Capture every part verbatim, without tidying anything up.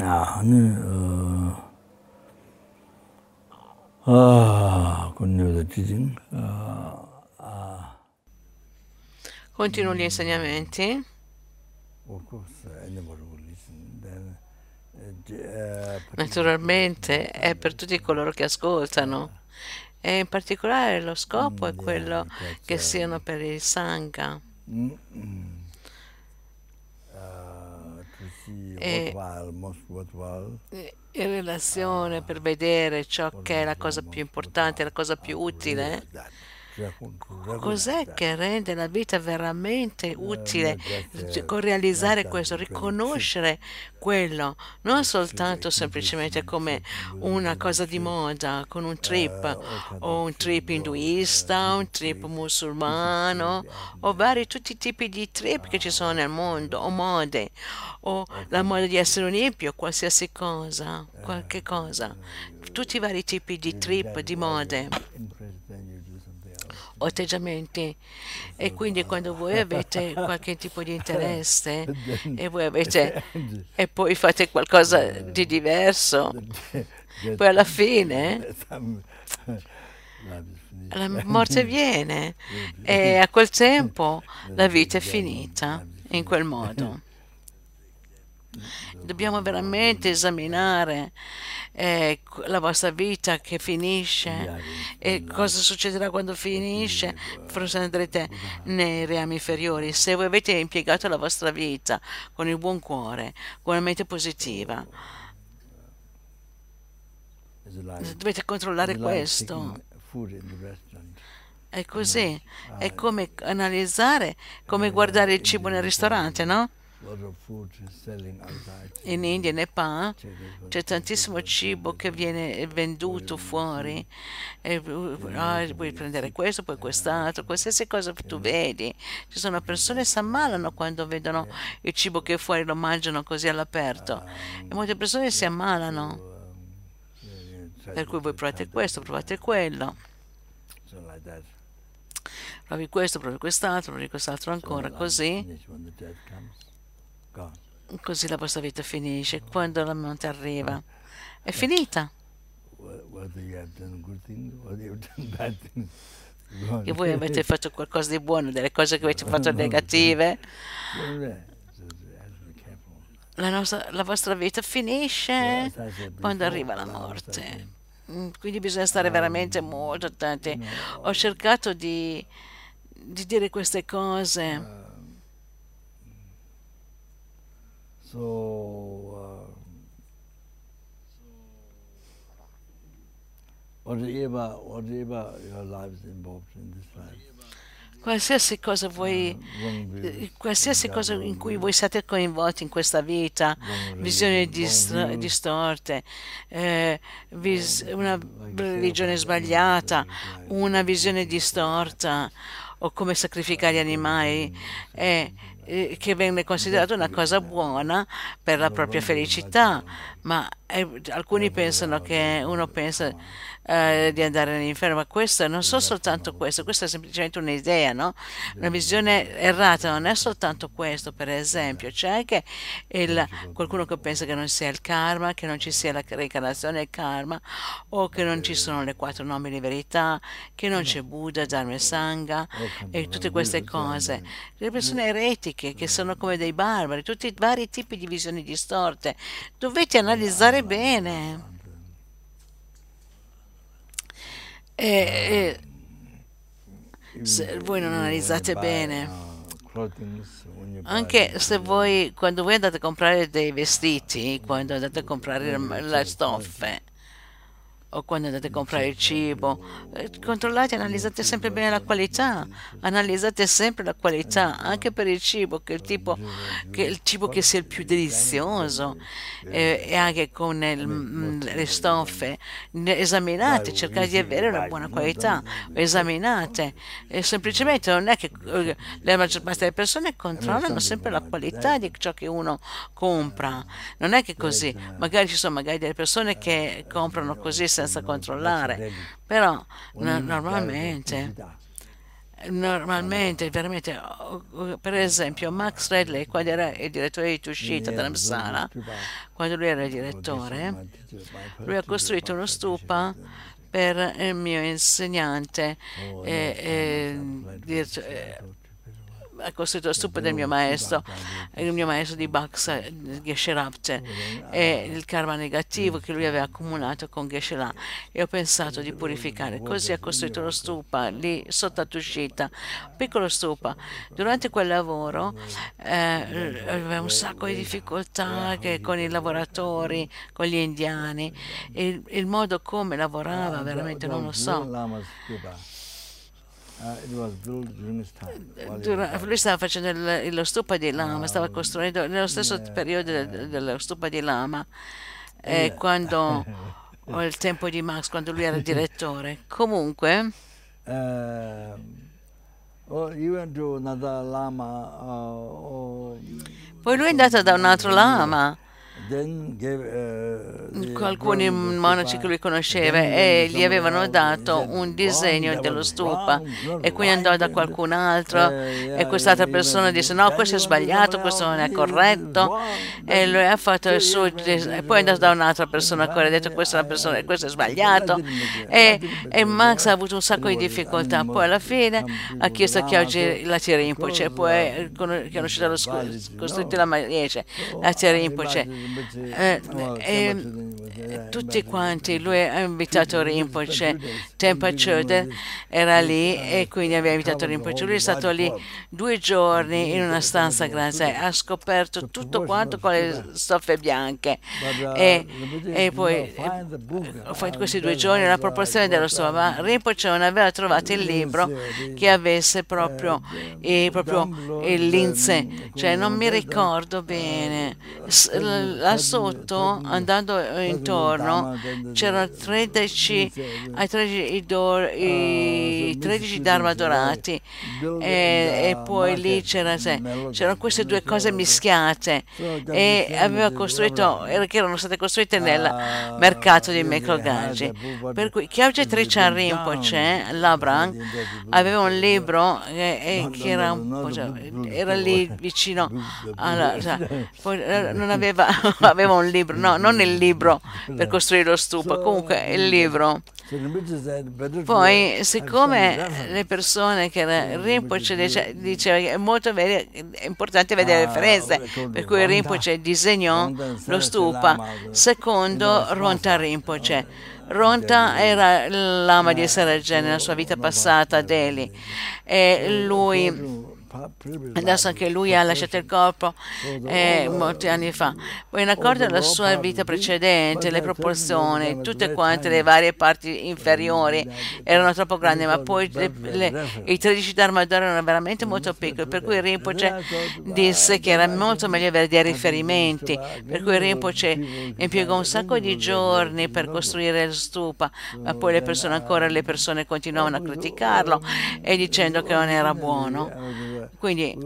아, 네, 어, 아, continuo teaching. Uh, uh, Continuo gli insegnamenti. of course, anybody will listen. Then, uh, j- uh, particularly, Naturalmente è per tutti coloro che ascoltano e in particolare lo scopo è mm, quello yeah, that's che siano um, per il Sangha mm, mm, uh, to see e worthwhile, most worthwhile, eh, in relazione uh, per vedere ciò what che è is la the cosa più most importante, la worthwhile, cosa uh, più to utile. realize that, to, to recognize Cos'è that. che rende la vita veramente Uh, utile? not just, Cioè, uh, con not realizzare just questo, becoming cheap, riconoscere quello, non uh, cheap soltanto semplicemente accumulation, come cheap losing, una losing cosa di trip, moda, con un uh, trip, all kind o of un trip trip goes, uh, induista, un hippie trip trip, hippie trip, musulmano, and o vari uh, tutti i tipi di trip che ci sono uh, nel mondo, o mode, o all la kind of moda di trip. essere un hippie, o qualsiasi cosa, Uh, qualche cosa, tutti i you, vari tipi di you do trip, that di while you're mode interested, then you do something else. o atteggiamenti. E So, quindi quando voi avete uh, qualche tipo di interesse then e voi at avete the end, e poi fate qualcosa uh, di diverso, the death poi alla comes, fine some life is la finished, morte and viene e then a quel tempo la vita è then finita life is in quel finished. modo. So Dobbiamo you are veramente doing uh, esaminare eh, la vostra vita che we finisce are in still e cosa life, succederà quando what finisce. you Forse uh, andrete Buddha nei reami inferiori. Se voi avete impiegato la vostra vita con il buon cuore, con la mente positiva, so it's like dovete it's controllare like questo. taking food in the restaurant, È you know, così, è uh, come analizzare, come uh, guardare il in cibo nel the Nepal, ristorante, no? a lot of food is selling outside, so In India e you Nepal check it what c'è tastes good, tantissimo what tastes cibo che better, viene put it venduto in the fuori. food, E, uh, then you know ah, to puoi be prendere sick, questo, poi uh, quest'altro, qualsiasi cosa che you tu know, vedi. Ci sono persone che because si ammalano um, quando vedono yeah, il cibo che fuori lo mangiano così all'aperto. E molte um, persone si yeah, so ammalano. um, yeah, yeah, try Per to cui voi to provate count that, questo, provate uh, quello, so like that. provi questo, provi quest'altro, provi quest'altro So ancora, life is così. finished when the death comes, gone. Così la vostra vita finisce. Quando la morte arriva, è finita. Wh- Whether you have done good things, whether you have done bad things, gone. Che voi avete fatto qualcosa di buono, delle cose che So, avete fatto so, negative, so yeah, so, so you have to be careful. la, nostra- la vostra vita So finisce as I said quando before, arriva la like I was morte. saying, Mm, Quindi bisogna stare veramente molto um, you attenti. Ho know, cercato di, di dire queste cose. um, so uh, whatever, whatever your life is involved in this life, Qualsiasi cosa voi, uh, wrong views, eh, qualsiasi you have cosa in wrong cui views, voi siate coinvolti in questa vita, wrong visioni religion, wrong dis- views, distorte, eh, vis- or una like religione sacrifice animals, sbagliata, uh, like una visione sacrificing for distorta happiness, o come sacrificare gli uh, God is animali, heaven or so- eh, something like eh, that. che viene Just considerata una forget cosa that. buona per la No, propria don't worry about your felicità, own body. ma eh, alcuni Don't worry pensano about the, che uno the pensa karma. eh, di Um, andare all'inferno, ma questo non is so that karma soltanto questo, also? questa è semplicemente un'idea, no? Una Then visione uh, errata non è soltanto questo, per like esempio, that. c'è anche il- Don't you go qualcuno there che pensa che or non sia il karma, che non ci sia la reincarnazione e il karma, o che but non ci sono le quattro uh, nomi di verità, che non you c'è know Buddha, Dharma e Sangha all kinds e of tutte wrong queste views and cose. then Le wo- persone eretiche che sono come dei um, barbari, tutti i vari tipi di visioni distorte. Dovete all analizzare under under under bene. under E, e um, even se voi non even when you analizzate buy bene, uh, clothing, when you buy anche se material, voi, quando voi andate a comprare dei uh, vestiti, quando andate a comprare when you le le sell furniture, stoffe, o quando andate a you comprare check il what cibo, eh, you what is controllate, real analizzate food, sempre what bene la what what qualità, is just analizzate sempre la qualità, and you anche know per il cibo, che il uh, tipo, just che you il cibo che sia il più quality, then delizioso, then eh, then e anche con il- I mean mm, most le people even stoffe, ne- buy esaminate, cercate di easily avere una buy buona no don't qualità, check esaminate, quality, e you know semplicemente non è che be eh, checking la this maggior that, parte that. delle persone I mean controllano some sempre people la might do that qualità di but ciò che uno compra. um, Non è che that così, uh, magari ci sono magari delle persone che uh, as we comprano così also senza know controllare, naturally però when no- you buy for normalmente Pujita normalmente, veramente, oh, per esempio, Max Radley, quando era il direttore di Tushita Dharamsala, quando lui era il direttore, lui ha costruito uno stupa per il mio insegnante, eh, eh, diretto- eh, ha costruito lo stupa del mio maestro, il mio maestro di Baksa, Geshe Rabte, e il karma negativo che lui aveva accumulato con Geshe La. E ho pensato di purificare, così ha costruito lo stupa lì sotto a Tushita, un piccolo stupa. Durante quel lavoro eh, aveva un sacco di difficoltà che con i lavoratori, con gli indiani, il, il modo come lavorava veramente non lo so. Dura- lui stava facendo il- lo stupa di Lama, stava costruendo nello stesso periodo del- dello stupa di Lama, eh, quando o il tempo di Max, quando lui era direttore. Comunque, poi lui è andato da un altro lama, alcuni monaci che lui conosceva, e gli avevano dato un disegno dello stupa, e quindi andò da qualcun altro e quest'altra persona disse no, questo è sbagliato, questo non è corretto, e lui ha fatto il suo dis- e poi è andato da un'altra persona ancora e ha detto questa è una persona, questo è sbagliato, e, e Max ha avuto un sacco di difficoltà. Poi alla fine ha chiesto a Kyaujin la Rinpoche, poi è conosciuto lo scu- costruito la Mayeshe, la Rinpoche. Eh, e tutti quanti, lui ha invitato Rinpoche, Tempa Choden era lì e quindi aveva invitato Rinpoche. Lui è stato lì due giorni in una stanza grande, ha scoperto tutto quanto con le stoffe bianche, e, e poi in questi due giorni la proporzione dello stupa, ma Rinpoche non aveva trovato il libro che avesse proprio, eh, proprio il linze, cioè non mi ricordo bene. Là sotto, andando intorno, c'erano tredici, ai tredici, i do- i tredici Dharma dorati, e, e poi lì c'era, se- c'erano queste due cose mischiate, e aveva costruito, er- che erano state costruite nel mercato di Mekrogagi. Per cui Kyaujin Trichan Rinpoche, l'Abraham, aveva un libro che, eh, che era, un po', cioè, era lì vicino alla, cioè, poi, eh, non aveva, aveva un libro, no, non il libro per costruire lo stupa, comunque il libro. Poi, siccome le persone che era- Rinpoche dice- diceva che è molto veri- è importante vedere le referenze, per cui Rinpoche disegnò lo stupa secondo Ronta Rinpoche. Ronta era il lama di Sarajevo nella sua vita passata a Delhi, e lui adesso anche lui ha lasciato il corpo eh, molti anni fa. Poi in accordo alla sua vita precedente, le proporzioni, tutte quante le varie parti inferiori erano troppo grandi, ma poi le, le, i tredici Dharmadhara erano veramente molto piccoli, per cui Rinpoche disse che era molto meglio avere dei riferimenti, per cui Rinpoche impiegò un sacco di giorni per costruire il stupa, ma poi le persone ancora le persone continuavano a criticarlo e dicendo che non era buono. Quindi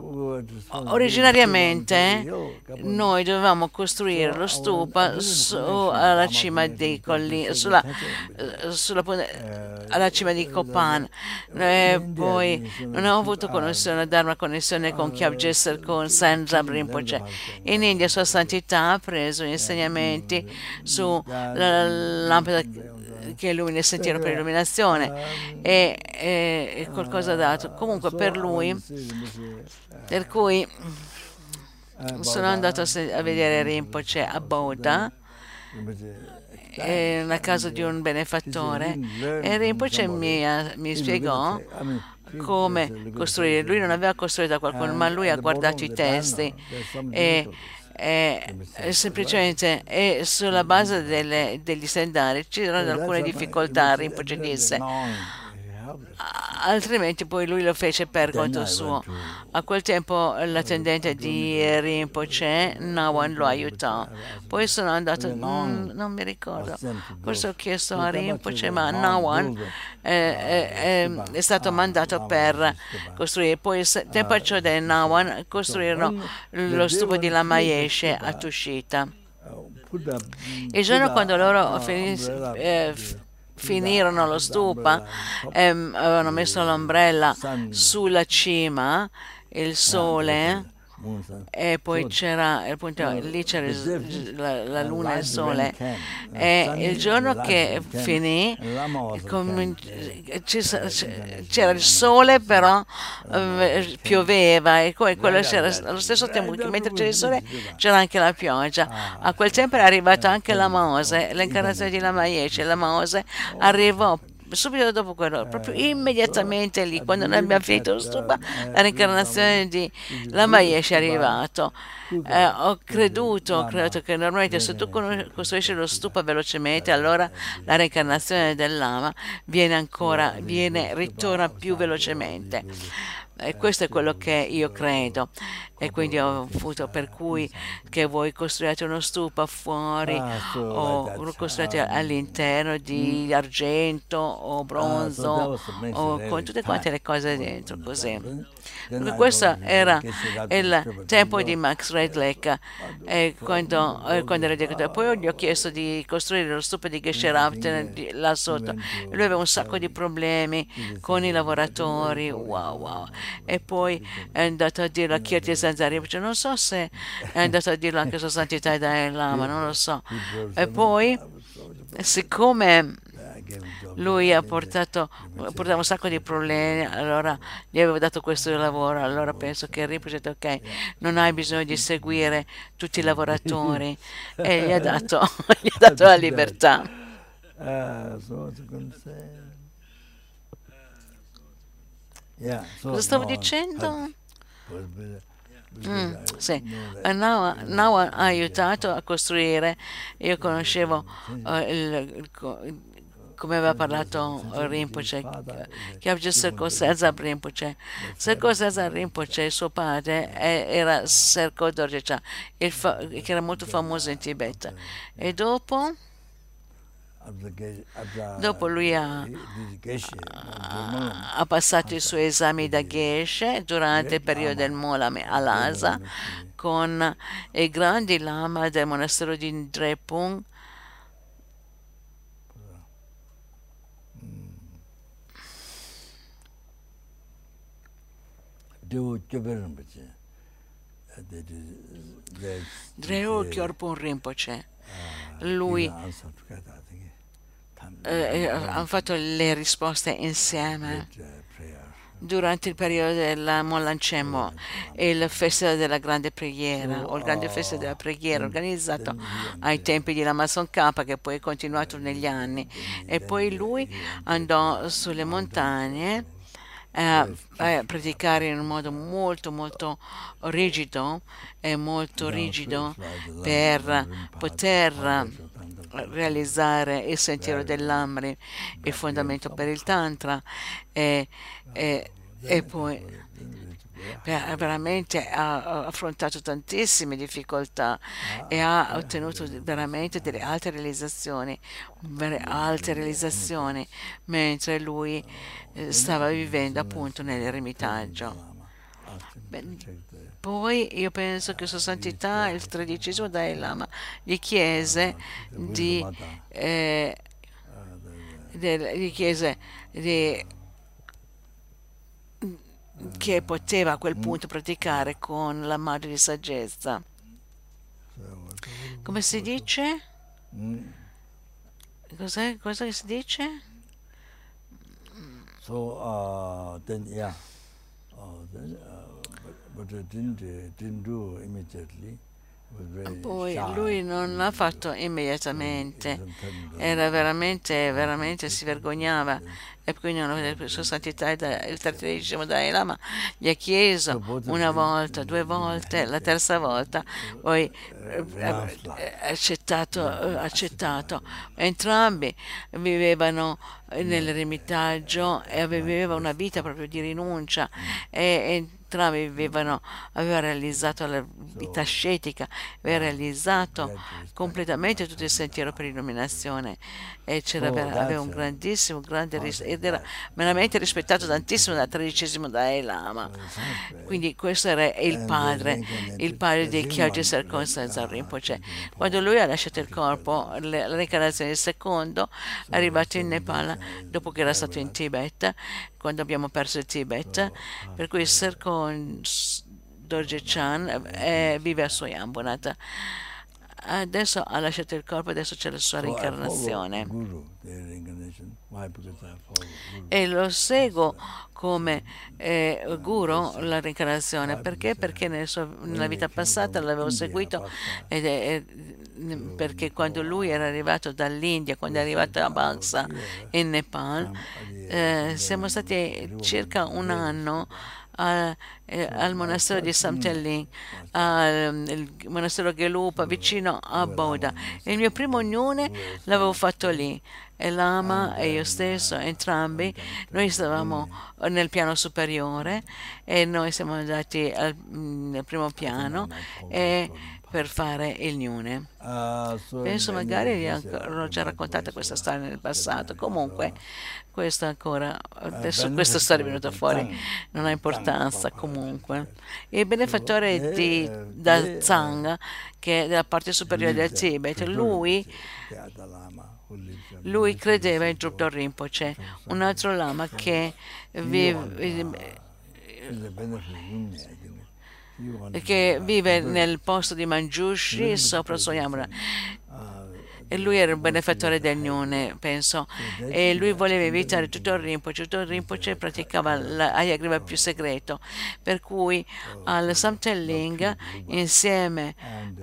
originariamente noi dovevamo costruire lo stupa su, alla cima dei colli, sulla, sulla, alla cima di Kopan, e poi non abbiamo avuto connessione, Dharma connessione con Kyaujin, con Sanjab Rinpoche. In India Sua Santità ha preso insegnamenti sulla lampada che illumina il sentiero per l'illuminazione, e, e, e qualcosa dato comunque per lui, per cui sono andato a, se- a vedere Rinpoche a Bodha, nella casa di un benefattore, e Rinpoche mi, ha- mi spiegò come costruire. Lui non aveva costruito da qualcuno, ma lui ha guardato i testi, e, e- e semplicemente e sulla base delle- degli stendari c'erano alcune difficoltà. Rinpoche disse, altrimenti poi lui lo fece per conto suo. A quel tempo l'attendente di Rinpoche, Nawan, lo aiutò. Poi sono andato, mm, non mi ricordo, forse ho chiesto a Rinpoche, ma Nawan eh, eh, è stato mandato per costruire. Poi Tempa Choden e Nawan costruirono lo stupo di Lama Yeshe a Tushita. Il giorno quando loro finis- eh, finirono lo stupa e avevano messo l'ombrella sulla cima, il sole, e poi c'era appunto lì c'era la, la luna e il sole, e il giorno che finì c'era il sole, però eh, pioveva, e quello c'era allo stesso tempo che mentre c'era il sole c'era anche la pioggia. A quel tempo era arrivata anche la Mose, l'incarnazione di Lama Yeshe. La Mose arrivò subito dopo quello, proprio immediatamente lì, quando noi abbiamo finito lo stupa, la reincarnazione di Lama Yeshe è arrivato. Eh, ho creduto, ho creduto che normalmente se tu costruisci lo stupa velocemente, allora la reincarnazione del Lama viene ancora, viene, ritorna più velocemente. E questo è quello che io credo, e quindi ho avuto per cui che voi costruite uno stupa fuori o lo costruite all'interno di argento o bronzo o con tutte quante le cose dentro, così. Perché questo era il tempo di Max Redlake, e quando, eh, quando era direttore. Poi gli ho chiesto di costruire lo stupa di Geshe Rapten là sotto. Lui aveva un sacco di problemi con i lavoratori, wow wow. E poi è andato a dirlo a Kirti Zanzari, non so se è andato a dirlo anche a Sua Santità Dalai Lama, non lo so. E poi, siccome lui ha portato, portava un sacco di problemi, allora gli avevo dato questo lavoro, allora penso che Rinpoche ha detto ok, non hai bisogno di seguire tutti i lavoratori, e gli ha dato, gli ha dato la libertà. Cosa stavo dicendo? Mm, sì, Nawa, Nawa ha aiutato a costruire. Io conoscevo uh, il, il, come aveva parlato Rinpoche, che aveva Serko Sazab Rinpoche. Serko Sazab Rinpoche, suo padre, era Serko Dorje, che era molto famoso in Tibet. E dopo... Dopo lui ha, ha passato i suoi esami da Geshe durante il periodo del Molam a Lhasa con i grandi lama del monastero di Drepung. Dreu Kyorpun Rinpoche. Lui Eh, hanno fatto le risposte insieme durante il periodo del Mollancemmo, il festival della grande preghiera o il grande festival della preghiera organizzato ai tempi di Lama Tsongkhapa, che poi è continuato negli anni, e poi lui andò sulle montagne a eh, predicare in un modo molto molto rigido e molto rigido per poter realizzare il sentiero dell'Amri, il fondamento per il Tantra, e, e, e poi veramente ha affrontato tantissime difficoltà e ha ottenuto veramente delle alte realizzazioni, alte realizzazioni, mentre lui stava vivendo appunto nell'eremitaggio. Poi io penso che Sua Santità, il tredicesimo Dalai Lama, gli chiese di, eh, del, gli chiese di, che poteva a quel punto praticare con la madre di saggezza. Come si dice? Cos'è? Cosa si dice? So, uh, then, yeah. Oh, then, uh, but it didn't, uh, didn't do immediately. Poi lui non l'ha fatto immediatamente, era veramente, veramente si vergognava, e quindi Sua Santità il tredicesimo Dalai Lama gli ha chiesto una volta, due volte, la terza volta poi ha accettato, accettato. Entrambi vivevano nell'eremitaggio e viveva una vita proprio di rinuncia, e, e entrambi avevano, aveva realizzato la vita ascetica, aveva realizzato completamente tutto il sentiero per l'illuminazione e c'era, aveva un grandissimo, grande ed era veramente rispettato tantissimo dal tredicesimo Dalai Lama. Quindi questo era il padre, il padre di Khyaltse Serkon Sazar Rinpoche. Quando lui ha lasciato il corpo, la reincarnazione del secondo è arrivato in Nepal dopo che era stato in Tibet, quando abbiamo perso il Tibet, per cui Serkon Dorje Chan eh, vive a Soyambunat. Adesso ha lasciato il corpo, adesso c'è la sua reincarnazione e lo seguo come eh, guru la reincarnazione. Perché? Perché nel suo, nella vita passata l'avevo seguito ed è, perché quando lui era arrivato dall'India, quando è arrivato a Bangsa in Nepal, eh, siamo stati circa un anno al, eh, al monastero di Samtelling, al monastero Gelupa vicino a Bodha. Il mio primo ognune l'avevo fatto lì e Lama e io stesso, entrambi, noi stavamo nel piano superiore e noi siamo andati al, nel primo piano e per fare il gnune. Penso magari vi ho già raccontato questa storia nel passato. Comunque questo ancora adesso questa storia è venuta fuori, non ha importanza. Comunque il benefattore di da Zang, che è della parte superiore del Tibet, lui lui credeva in Drupal Rinpoche, un altro lama che vive che vive nel posto di Manjushri sopra Soyamra, e lui era il benefattore del Gnune, penso, e lui voleva evitare tutto il Rinpoche. Tutto il Rinpoche praticava l'ayagriva più segreto, per cui al Samtelling insieme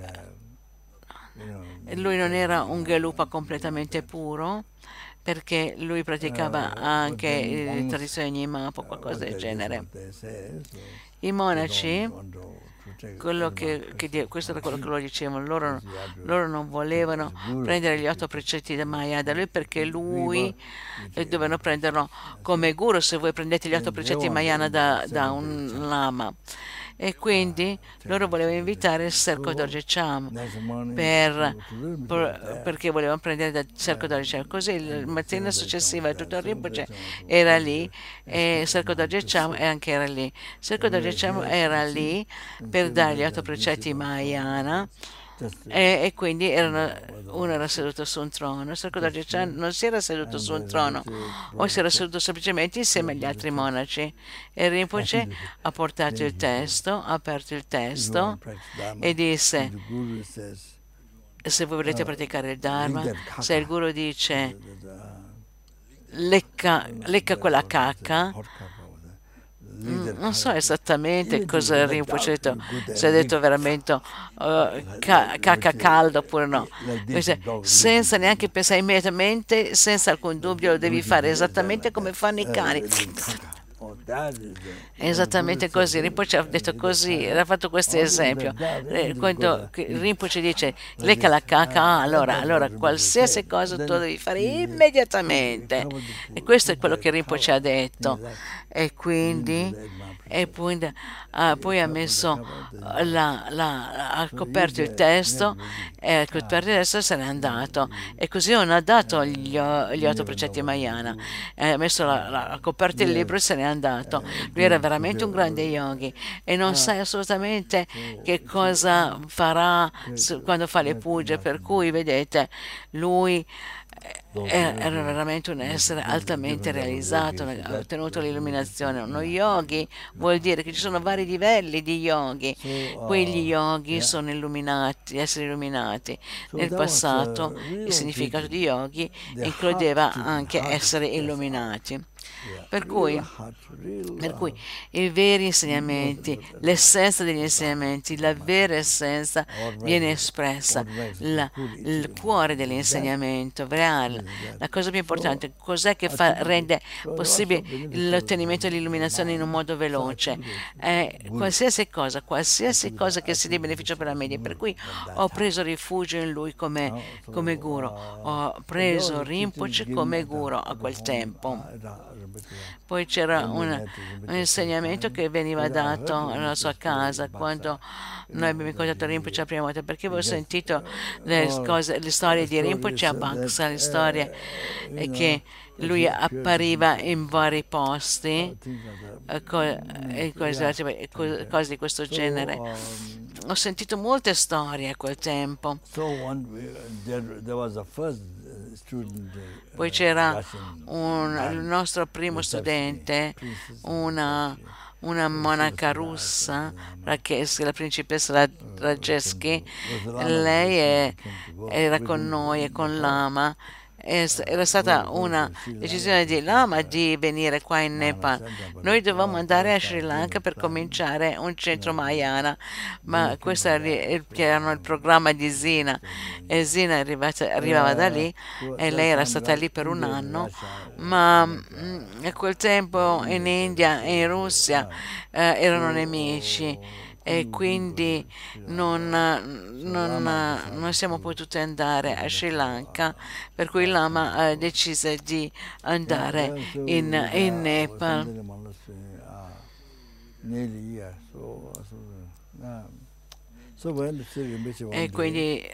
lui non era un Gelupa completamente puro, perché lui praticava anche le tradizioni Nyingma o qualcosa del genere. I monaci, quello che, che, questo era quello che loro dicevano, loro, loro non volevano prendere gli otto precetti da Maya da lui, perché lui eh, dovevano prenderlo come guru. Se voi prendete gli otto precetti Mayana da, da un lama, e quindi loro volevano invitare Serko Dorje Cham per, per, perché volevano prendere da Serko Dorje Cham. Così la mattina successiva tutto il Rinpoche era lì e Serko Dorje Cham anche era lì. Serko Dorje Cham era lì per dare gli otto precetti Mahayana. E, e quindi erano, uno era seduto su un trono. Serko Dorje Cham non si era seduto su un trono, o si era seduto semplicemente insieme agli altri monaci, e Rinpoche ha portato il testo, ha aperto il testo e disse: se voi volete praticare il Dharma, se il guru dice lecca, lecca quella cacca, non so esattamente cosa Rinpoche ha detto, se ha detto veramente uh, ca cacca caldo oppure no, senza neanche pensare, immediatamente, senza alcun dubbio, lo devi fare esattamente come fanno i cani. Esattamente così. Rinpoche ha detto così, era fatto questo esempio. Quando Rinpoche dice lecca la cacca, ah, allora, allora qualsiasi cosa tu devi fare immediatamente, e questo è quello che Rinpoche ha detto. E quindi e poi, uh, poi ha messo la, la, ha coperto il testo, e ha coperto il testo e se n'è andato, e così non ha dato gli, gli otto precetti Mahayana, ha messo la, la, ha coperto il libro e se n'è andato. Lui era veramente un grande yogi e non sai assolutamente che cosa farà quando fa le puja, per cui vedete, lui era veramente un essere altamente realizzato, ha ottenuto l'illuminazione. Uno yogi vuol dire che ci sono vari livelli di yogi. Quegli yogi sono illuminati, esseri illuminati. Nel passato il significato di yogi includeva anche esseri illuminati. Per cui, per cui i veri insegnamenti, l'essenza degli insegnamenti, la vera essenza viene espressa, la, il cuore dell'insegnamento reale, La cosa più importante, cos'è che fa, rende possibile l'ottenimento dell'illuminazione in un modo veloce? È qualsiasi cosa, qualsiasi cosa che sia di beneficio per la media. Per cui ho preso rifugio in lui come, come guru, ho preso Rinpoche come guru a quel tempo. Poi c'era un, un insegnamento che veniva dato nella sua casa quando noi abbiamo incontrato Rinpoche la prima volta, perché avevo sentito le, cose, le storie di Rinpoche a Baksa, le storie che lui appariva in vari posti, eh, co- e cose, co- cose di questo genere. Ho sentito molte storie a quel tempo. Poi c'era un, il nostro primo studente, una, una monaca russa, Rakesh, la principessa Rajeski. Lei è- era con noi e con Lama. Es- Era stata una decisione di Lama di venire qua in Nepal. Noi dovevamo andare a Sri Lanka per cominciare un centro Mahayana, ma questo era il, che erano il programma di Zina, e Zina è arrivata- arrivava da lì e lei era stata lì per un anno, ma mm, a quel tempo in India e in Russia eh, erano nemici e quindi non, non, non siamo potuti andare a Sri Lanka, per cui Lama eh, decise di andare in, in Nepal. E quindi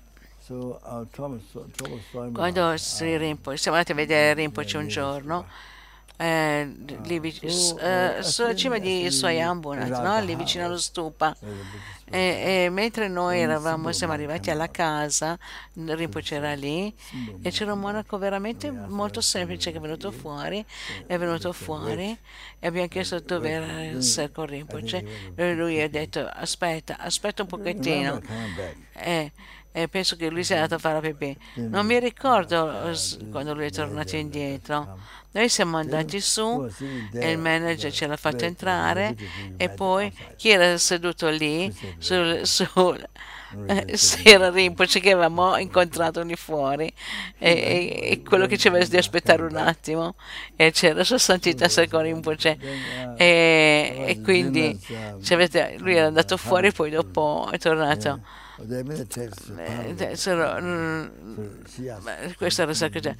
quando Sri Rinpoche, siamo andati a vedere Rinpoche un giorno, eh, lì vic- s- eh, sulla cima di Swayambunat, no? Lì vicino allo stupa. E, e mentre noi eravamo, siamo arrivati alla casa, Rinpoche era lì e c'era un monaco veramente molto semplice che è venuto fuori, è venuto fuori e abbiamo chiesto dove era il Serco Rinpoche e lui ha detto aspetta, aspetta un pochettino. E, e penso che lui sia andato a fare la pipì. Non mi ricordo eh, s- quando lui è tornato indietro. Noi siamo andati su e il manager ce l'ha fatto entrare e poi chi era seduto lì sul, sul eh, sì, era Rinpoche che avevamo incontrato lì fuori e, e- e quello che ci aveva di aspettare un attimo e c'era Sua Santità Serco Rinpoche e, e quindi ci avete- lui era andato fuori e poi dopo è tornato. Eh, sono- mm, beh, questo era il segreto.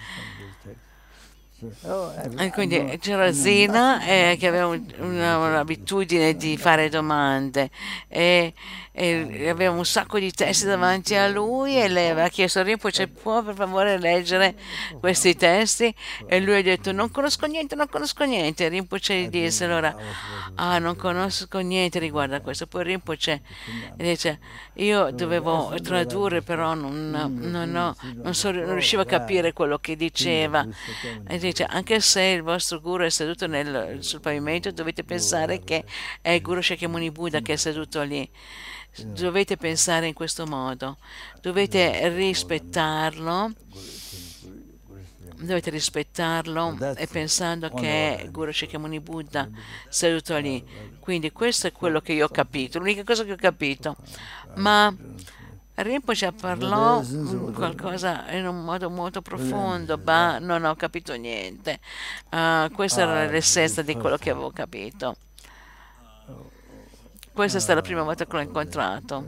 E quindi c'era Zina eh, che aveva un- una- un'abitudine di fare domande e, e aveva un sacco di testi davanti a lui e lei aveva chiesto a Rinpoche può per favore leggere questi testi e lui ha detto non conosco niente, non conosco niente. Rinpoche gli disse allora ah non conosco niente riguardo a questo. Poi Rinpoche dice io dovevo tradurre però non, non ho- non so- non riuscivo a capire quello che diceva. E dice, anche se il vostro guru è seduto nel- sul pavimento, dovete pensare che è il Guru Shakyamuni Buddha che è seduto lì. Dovete pensare in questo modo, dovete rispettarlo, dovete rispettarlo e pensando che è Guru Shakyamuni Buddha seduto lì. Quindi questo è quello che io ho capito, l'unica cosa che ho capito. Ma Rinpoche parlò mm, qualcosa in un modo molto profondo, ma non ho capito niente. Ah, questa era l'essenza di quello che avevo capito. Questa è stata la prima volta che l'ho incontrato.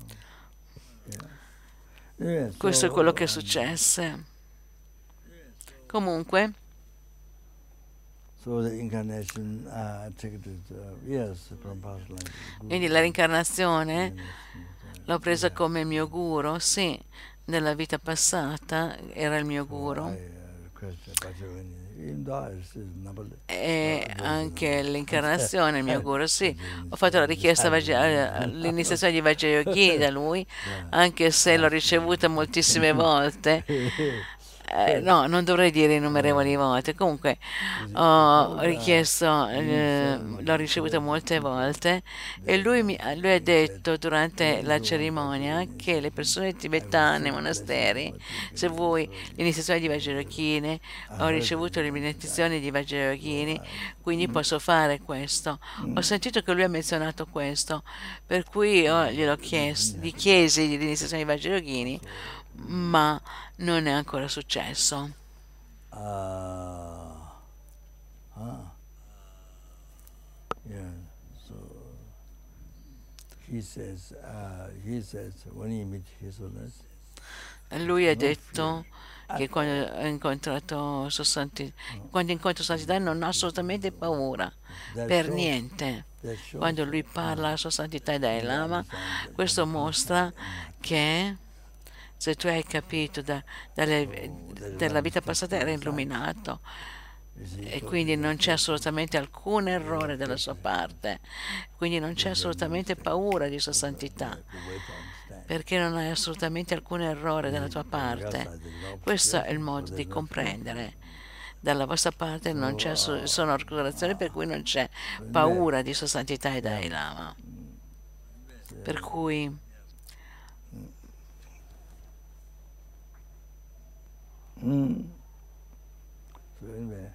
Questo è quello che successe. Comunque, quindi la reincarnazione l'ho presa come il mio guru, sì, nella vita passata era il mio guru. E anche l'incarnazione, il mio guru, sì, ho fatto la richiesta Vajra- l'iniziazione di Vajrayogini da lui, anche se l'ho ricevuta moltissime volte. Eh, no, non dovrei dire innumerevoli volte. Comunque, ho richiesto, eh, l'ho ricevuta molte volte e lui, mi, lui ha detto durante la cerimonia che le persone tibetane nei monasteri, se vuoi l'iniziazione di Vajrayogini, ho ricevuto l'iniziazione di Vajrayogini, quindi posso fare questo. Ho sentito che lui ha menzionato questo, per cui io gliel'ho chiesto, gli chiesi l'iniziazione di Vajrayogini, ma non è ancora successo. uh, huh? Yeah, so he says, uh, he says when he meets His Holiness, Lui ha detto che quando ha incontrato Sua Santità, quando incontra Sua Santità non ha assolutamente paura, per niente. Quando lui parla a Sua Santità e Dalai Lama, questo mostra che se tu hai capito da, dalle, della vita passata era illuminato e quindi non c'è assolutamente alcun errore dalla sua parte, quindi non c'è assolutamente paura di Sua Santità, perché non hai assolutamente alcun errore dalla tua parte. Questo è il modo di comprendere. Dalla vostra parte non c'è, sono articolazioni per cui non c'è paura di Sua Santità e Dalai Lama. Per cui Mm. So anyway,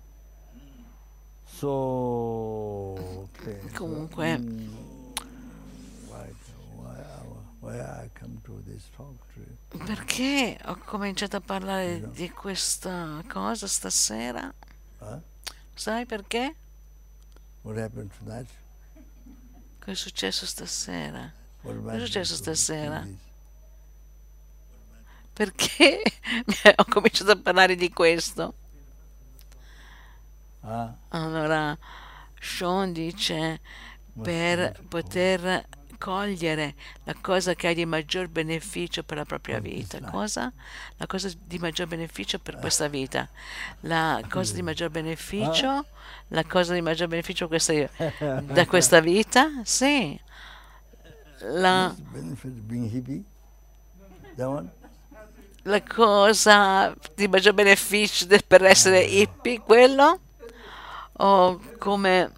so okay. comunque So, mm, why, why, I- why I come to this talk to you? perché ho cominciato a parlare di questa cosa stasera? Huh? Sai perché? What happened tonight? Cosa è successo stasera? What am I Cosa è successo supposed to stasera? do this? Perché ho cominciato a parlare di questo? Huh? Allora, Sean dice per poter cogliere la cosa che ha di maggior beneficio per la propria vita. Cosa? La cosa di maggior beneficio per questa vita. La cosa di maggior beneficio? La cosa di maggior beneficio questa, da questa vita? Sì. La, What's the benefit of being hippie? That one? la cosa di maggior beneficio del- per essere hippie, quello? O come,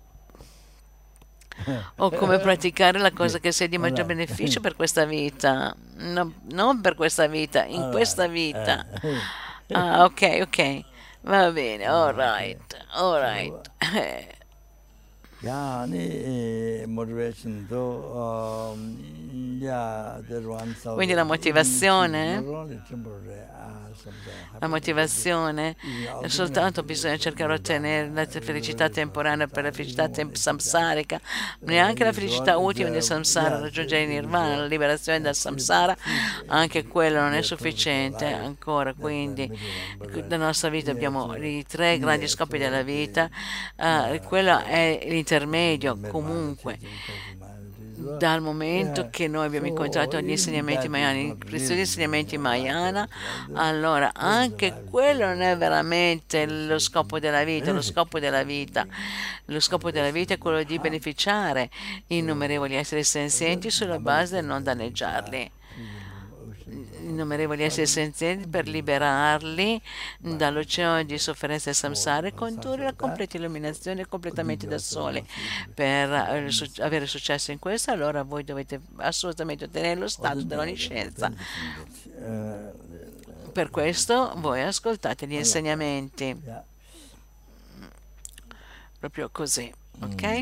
o come praticare la cosa che sia di maggior Alright. beneficio per questa vita? No, non per questa vita, in Alright. questa vita. Eh. Ah, ok, ok. Va bene, all right, all right. Eh, Yeah, any uh, motivation though, um, yeah, that one so Quindi la motivazione? not only temporary, uh, sometimes La happen, motivazione è soltanto bisogna cercare di ottenere la felicità temporanea per la felicità tem- samsarica, neanche la felicità ultima del samsara, raggiungere il nirvana, la liberazione dal samsara, anche quello non è sufficiente ancora, quindi nella nostra vita abbiamo i tre grandi scopi della vita, eh, quello è l'intermedio comunque. Dal momento che noi abbiamo incontrato gli insegnamenti Mahayana, i preziosi insegnamenti Mahayana, allora anche quello non è veramente lo scopo della vita. Lo scopo della vita, lo scopo della vita è quello di beneficiare innumerevoli esseri senzienti sulla base del non danneggiarli. Innumerevoli esseri senzienti per liberarli dall'oceano di sofferenza e samsara e condurre la completa illuminazione completamente da soli. Per eh, su- avere successo in questo, allora voi dovete assolutamente ottenere lo stato dell'onniscienza. Per questo voi ascoltate gli insegnamenti, Yeah. proprio così, ok?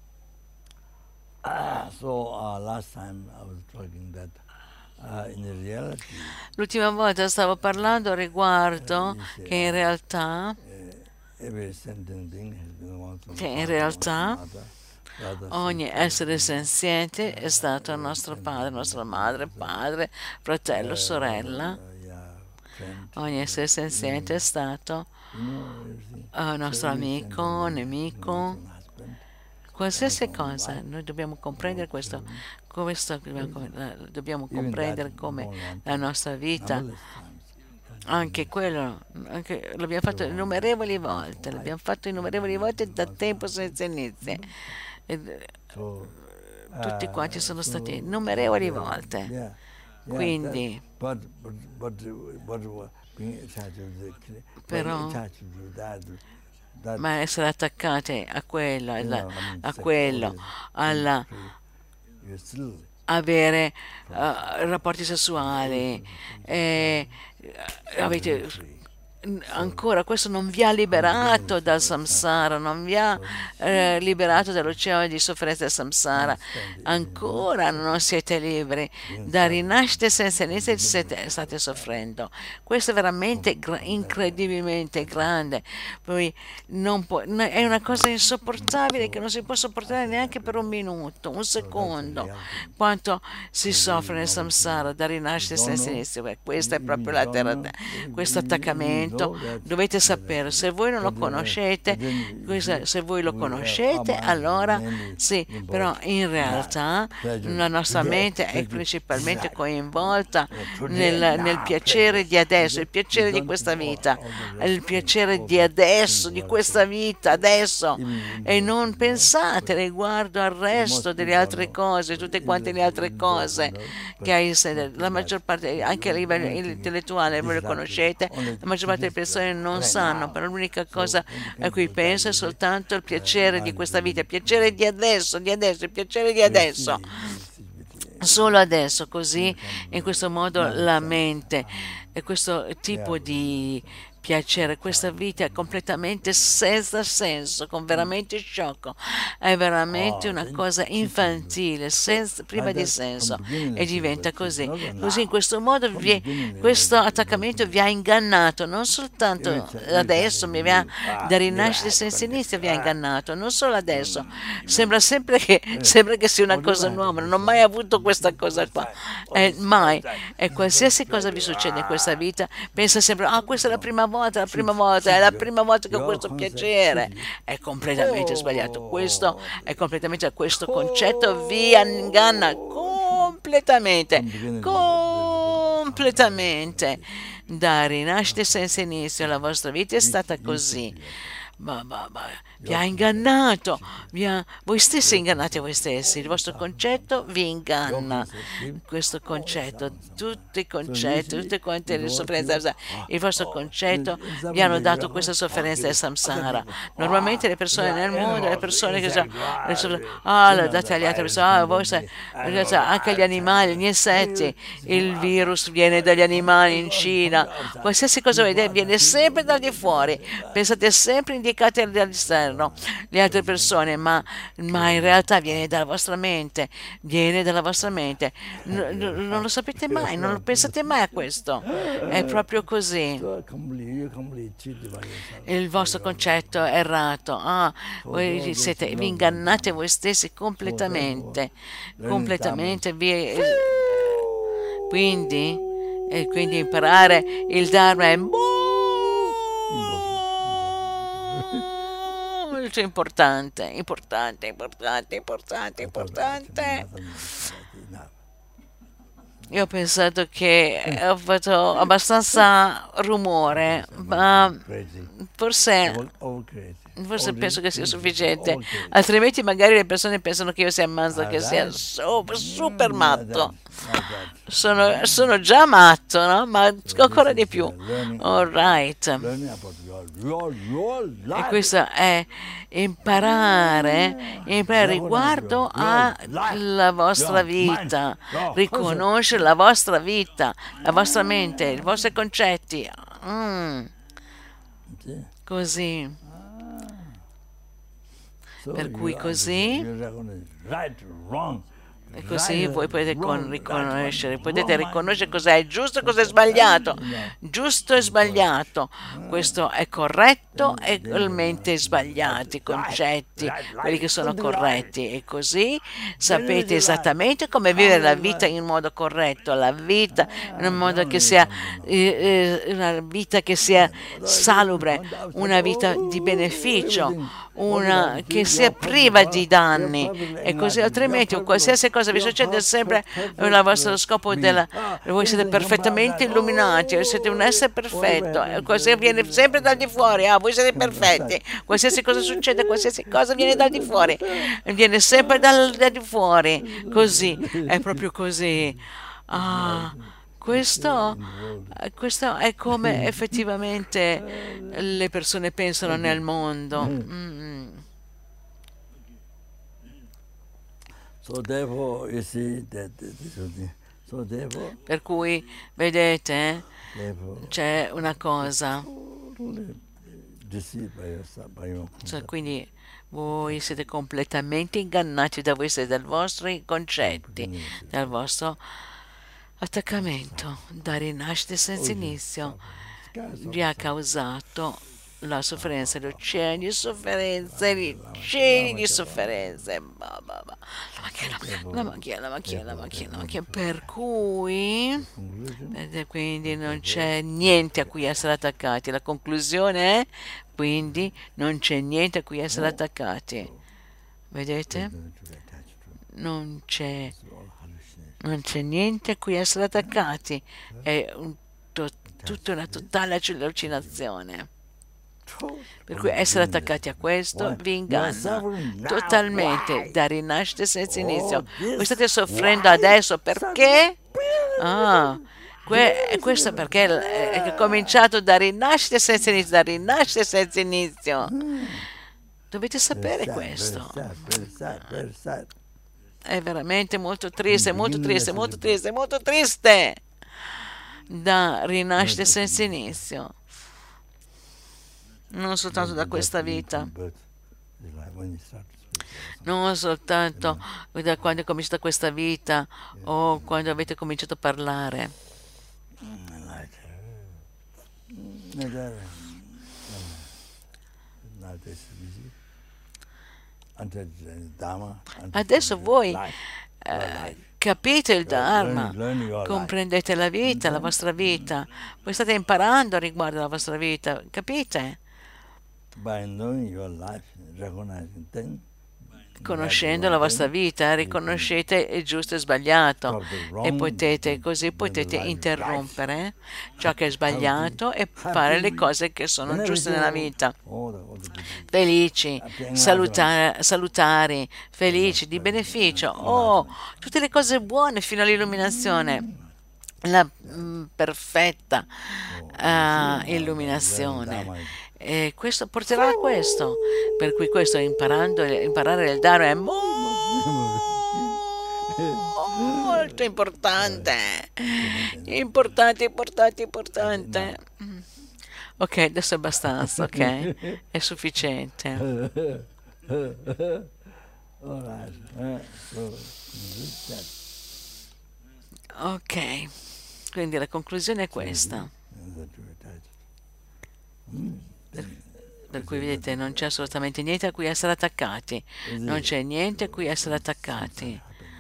Ah, so uh, last time I was talking that uh, in reality, L'ultima volta stavo parlando riguardo che in realtà, every sentient being has been once on che in father, realtà once mother, brother, ogni sister, essere senziente è stato nostro padre, nostra madre, padre, fratello, sorella. uh, yeah, friend, Ogni essere senziente è stato you know, everything. eh, nostro So every amico, sentient being has been nemico, once an husband, qualsiasi cosa. Noi dobbiamo comprendere questo. Questo dobbiamo, eh, dobbiamo even comprendere that come more than la nostra vita. numberless times. Anche quello, anche, l'abbiamo fatto innumerevoli volte, l'abbiamo fatto innumerevoli volte da tempo senza inizio. E, So, tutti uh, quanti sono so, stati innumerevoli yeah, volte. yeah, yeah, Quindi, that, but but but uh, but uh, being attached to the but Però- attached to that that ma essere attaccati a quello, you alla- know, I mean, a sex quello, organs, alla you're still avere eh, rapporti sessuali, e, eh, avete ancora questo non vi ha liberato dal samsara, non vi ha eh, liberato dall'oceano di sofferenza del samsara, ancora non siete liberi, da rinascite senza inizio siete, state soffrendo. Questo è veramente gra- incredibilmente grande. Poi non può, no, è una cosa insopportabile che non si può sopportare neanche per un minuto, un secondo, quanto si soffre nel samsara da rinascite senza inizio. Beh, questa è proprio la terra, questo attaccamento. Dovete sapere, se voi non lo conoscete, se voi lo conoscete, allora sì, però in realtà la nostra mente è principalmente coinvolta nel, nel piacere di adesso, il piacere di questa vita, il piacere di adesso, di questa vita, adesso, e non pensate riguardo al resto delle altre cose, tutte quante le altre cose che hai, la maggior parte, anche a livello intellettuale, voi lo conoscete, la maggior parte le persone non sanno, però l'unica cosa a cui pensa è soltanto il piacere di questa vita, il piacere di adesso, di adesso, il piacere di adesso, solo adesso, così in questo modo la mente e questo tipo di piacere, questa vita è completamente senza senso, con veramente sciocco, è veramente una cosa infantile, senza, priva di senso, e diventa così. Così in questo modo vi, questo attaccamento vi ha ingannato, non soltanto adesso, mi ha, da rinascita senza inizio vi ha ingannato, non solo adesso, sembra sempre che, sembra che sia una cosa nuova, non ho mai avuto questa cosa qua, eh, mai, e qualsiasi cosa vi succede in questa vita, pensa sempre, ah, questa è la prima volta, la prima volta, è la prima volta che ho questo piacere. È completamente sbagliato. Questo è completamente, questo concetto vi inganna completamente, completamente. Da rinascite senza inizio, la vostra vita è stata così. Ma, ma, ma vi ha ingannato, vi ha, voi stessi ingannate voi stessi, il vostro concetto vi inganna, questo concetto, tutti i concetti, tutte quante le sofferenze, il vostro concetto vi hanno dato questa sofferenza del samsara. Normalmente le persone nel mondo, le persone che sono, ah, lo date alle altre persone, ah, voi sai, anche gli animali, gli insetti, il virus viene dagli animali in Cina, qualsiasi cosa vedete viene sempre da di fuori, pensate sempre indicate dall'esterno le altre persone, ma, ma in realtà viene dalla vostra mente, viene dalla vostra mente, N- n- non lo sapete mai, non lo pensate mai a questo, è proprio così. Il vostro concetto è errato, ah, voi siete, vi ingannate voi stessi completamente, completamente, vi, quindi, e quindi imparare il Dharma è molto importante, importante, importante, importante, importante. Io ho pensato che ho fatto abbastanza rumore, ma forse, forse penso che sia sufficiente, altrimenti magari le persone pensano che io sia matto, che sia super, super matto. Sono, sono già matto, no? Ma ancora di più. All right. E questo è imparare, imparare riguardo alla vostra vita, riconoscere la vostra vita, la vostra mente, i vostri concetti. Mm. Così. Per cui così. E così voi potete con, riconoscere, potete riconoscere cosa è giusto e cosa è sbagliato. Giusto e sbagliato. Questo è corretto e realmente sbagliati, i concetti, quelli che sono corretti. E così sapete esattamente come vivere la vita in modo corretto, la vita in un modo che sia eh, una vita che sia salubre, una vita di beneficio, una che sia priva di danni, e così altrimenti qualsiasi cosa vi succede sempre il vostro scopo della, voi siete perfettamente illuminati, siete un essere perfetto, così viene sempre dal di fuori, ah, voi siete perfetti, qualsiasi cosa succede, qualsiasi cosa viene dal di fuori, viene sempre dal, dal di fuori, così, è proprio così. Ah, questo, questo è come effettivamente le persone pensano nel mondo. Mm. So therefore, you see that this is the So therefore, Per cui, vedete, therefore, c'è una cosa, totally deceived by yourself, by your cioè, concept. quindi voi siete completamente ingannati da voi stessi, dai vostri concetti, dal vostro attaccamento, da rinascita senza inizio, vi ha causato la sofferenza, gli oceani di sofferenza, gli oceani di sofferenza. Bah, bah, bah. La macchina, la macchina, la macchina, la macchina. Per cui, eh, quindi non c'è niente a cui essere attaccati. La conclusione è, quindi, non c'è niente a cui essere attaccati. Vedete? Non c'è, non c'è niente a cui essere attaccati. È un to- tutta una totale allucinazione. Per cui essere attaccati a questo vi inganna totalmente, da rinascita senza inizio. Voi state soffrendo adesso perché? Ah, que- questo perché è è cominciato da rinascita senza inizio, da rinascita senza inizio. Dovete sapere questo. È veramente molto triste, molto triste, molto triste, molto triste. Da rinascita senza inizio. Non soltanto da questa vita, non soltanto da quando è cominciata questa vita o quando avete cominciato a parlare. Adesso voi eh, capite il Dharma, comprendete la vita, la vostra vita, voi state imparando riguardo alla vostra vita, capite? Conoscendo la vostra vita, riconoscete il giusto e il sbagliato e potete, così potete interrompere ciò che è sbagliato e fare le cose che sono giuste nella vita. Felici, saluta- salutari, felici, di beneficio, oh, tutte le cose buone fino all'illuminazione, la mm, perfetta ah, illuminazione. E questo porterà a questo, per cui questo imparando, imparare il Dharma è molto importante, importante, importante, importante. Ok, adesso è abbastanza, ok? È sufficiente. Ok, quindi la conclusione è questa. Per, per cui vedete, non c'è assolutamente niente a cui essere attaccati, non c'è niente a cui essere attaccati.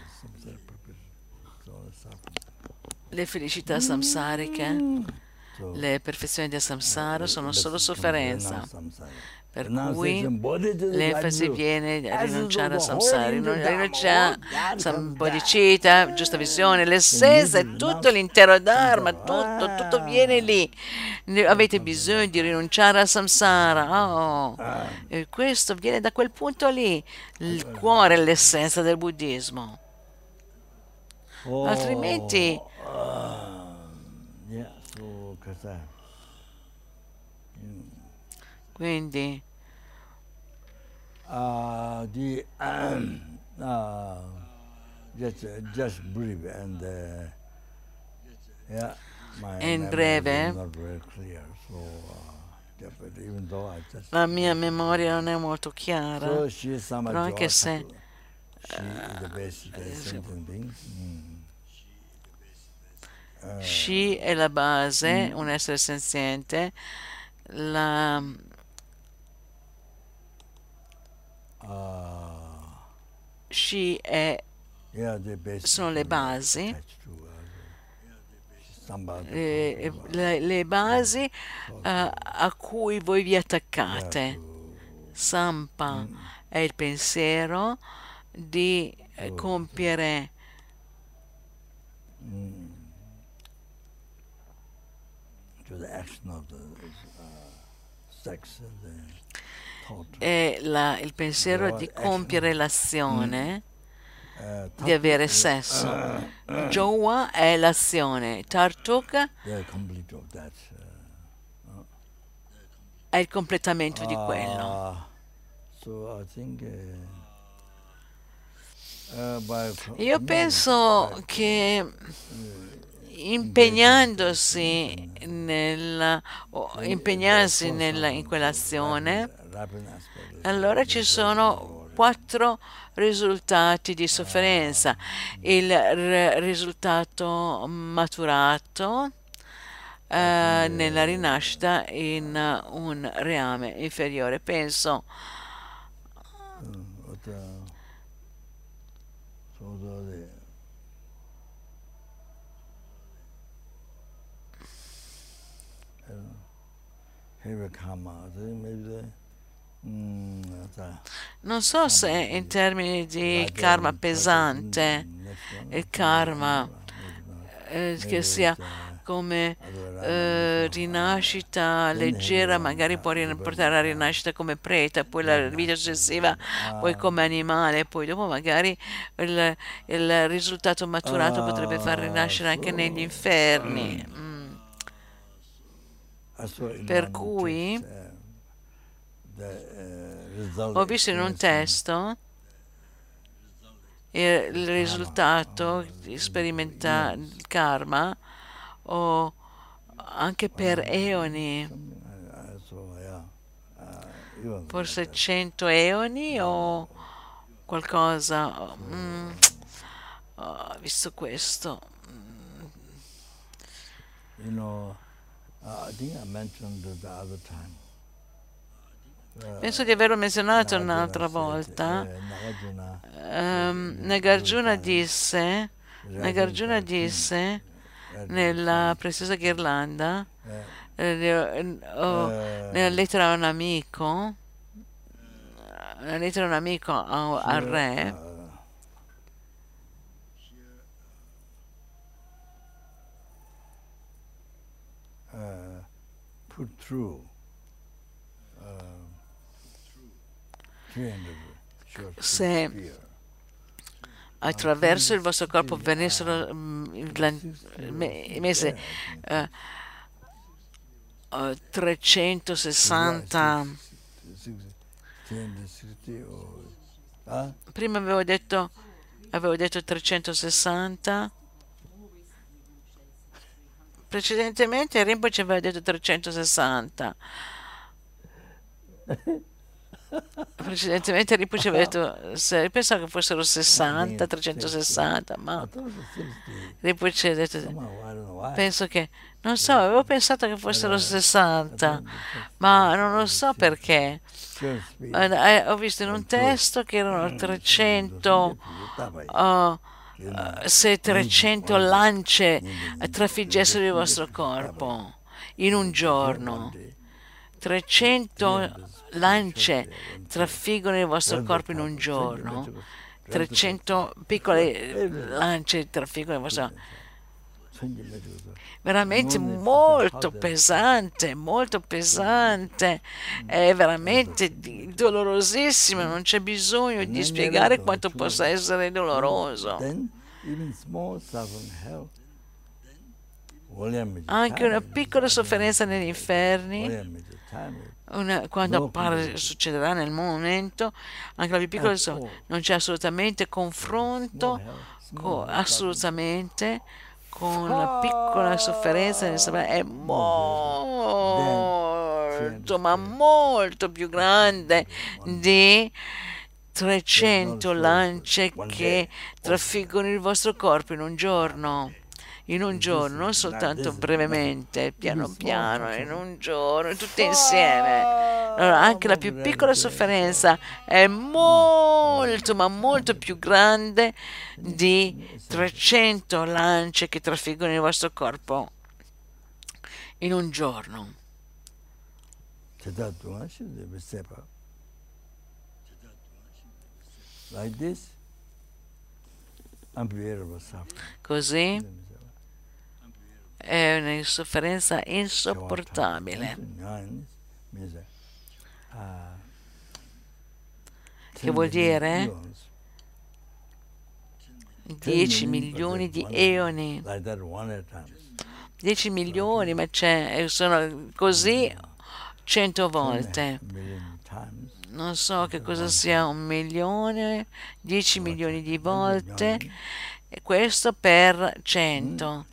Le felicità samsariche, le perfezioni del samsara sono solo sofferenza, per cui l'enfasi viene a rinunciare a samsara, rinunciare a bodhicitta, giusta visione, l'essenza è tutto l'intero Dharma, tutto, tutto viene lì. Avete bisogno di rinunciare a samsara, oh, e questo viene da quel punto lì, il cuore, l'essenza del buddismo. Altrimenti quindi uh, the um, uh, just just brief and uh, yeah, my in memory breve, is not very clear. So, uh, yeah, but even though I just la mia memoria non è molto chiara, so she is però anche se she is the basic uh, sentient being. Mm. Uh, Shi è la base, un essere senziente, la, uh, Shi è, yeah, the basic sono le thing basi, attached to, uh, somebody le, who- le- le basi eh, a cui voi vi yeah, attaccate. to- Sampa è il pensiero di eh, Oh. compiere mm, to the action of the uh, sex and the thought. è la- il pensiero di compiere l'azione Uh, di avere sesso. Jowa è l'azione, Tartuk they're complete of that. Uh, è il completamento di quello. uh, so I think uh, uh, by Io committing, penso by che impegnandosi nel, o then impegnarsi there are nella- in four quell'azione, rapid, rapid aspects. allora ci sono quattro risultati di sofferenza. Il r- risultato maturato eh, nella rinascita in un reame inferiore. Penso 어떤 소설의 heavy karma, maybe the mm, the Non so se in termini di karma pesante, il karma eh, che sia come eh, rinascita leggera, magari può rin- portare alla rinascita come preta, poi la vita successiva, poi come animale, poi dopo magari il, il risultato maturato potrebbe far rinascere anche negli inferni. Mm. Per cui ho visto in un testo il, il risultato di sperimenta il karma o anche per eoni, forse cento eoni o qualcosa. Mm, ho visto questo. You know, uh, I think I mentioned the other time. Penso di averlo menzionato un'altra volta. Um, Nagarjuna disse, Nagarjuna disse nella preziosa ghirlanda, eh, oh, nella lettera a un amico, nella lettera a un amico a- al re, uh, put through uh, three hundred short se spear. attraverso il vostro corpo venissero mm, implan- me- messe eh, eh, trecentosessanta. Huh? Prima avevo detto, avevo detto trecentosessanta. Precedentemente Rinpoche aveva detto trecentosessanta. Precedentemente Rinpoche aveva detto, se, pensavo che fossero sessanta, trecentosessanta, ma I thought it was sixty. Rinpoche ha detto, Somehow, I don't know why. penso che, non so, avevo pensato che fossero sessanta, ma non lo so perché. Short spear. Eh, eh, ho visto in un testo che erano trecento, oh, eh, se trecento lance eh, trafiggessero il vostro corpo in un giorno. trecento lance trafiggono il vostro corpo in un giorno. trecento piccole lance trafiggono il vostro veramente molto pesante, molto pesante, è veramente di- dolorosissimo, non c'è bisogno di spiegare quanto possa essere doloroso. Then, even small suffering hell. William is Anche una tired. piccola sofferenza negli inferni, William is tired. una- quando appare, succederà nel momento, anche la più piccola so- non c'è assolutamente confronto, co- assolutamente, con una piccola sofferenza nel sapere è molto, ma molto più grande di trecento lance che trafiggono il vostro corpo in un giorno. In un giorno, non soltanto brevemente, piano piano, in un giorno, tutte insieme. Allora, anche la più piccola sofferenza è molto, ma molto più grande di trecento lance che trafiggono il vostro corpo in un giorno. 제자 동안 시대 세바. Like this, unbearable suffering. Così è una sofferenza insopportabile. Che vuol dire dieci milioni di eoni. dieci milioni, ma c'è, sono così cento volte. non so che cosa sia un milione, dieci milioni di volte, e questo per cento.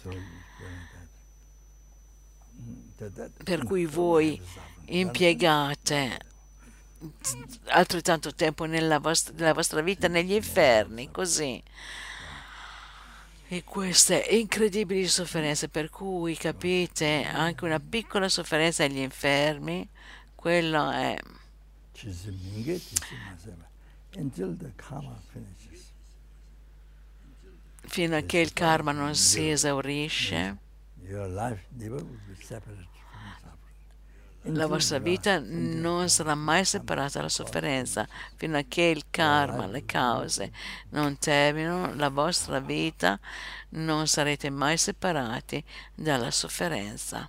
Per cui voi impiegate altrettanto tempo nella vostra, nella vostra vita negli inferni, così. E queste incredibili sofferenze, per cui capite, anche una piccola sofferenza agli infermi, quello è fino a che il karma non si esaurisce. La vostra vita non sarà mai separata dalla sofferenza. Fino a che il karma, le cause non terminano, la vostra vita non sarete mai separati dalla sofferenza.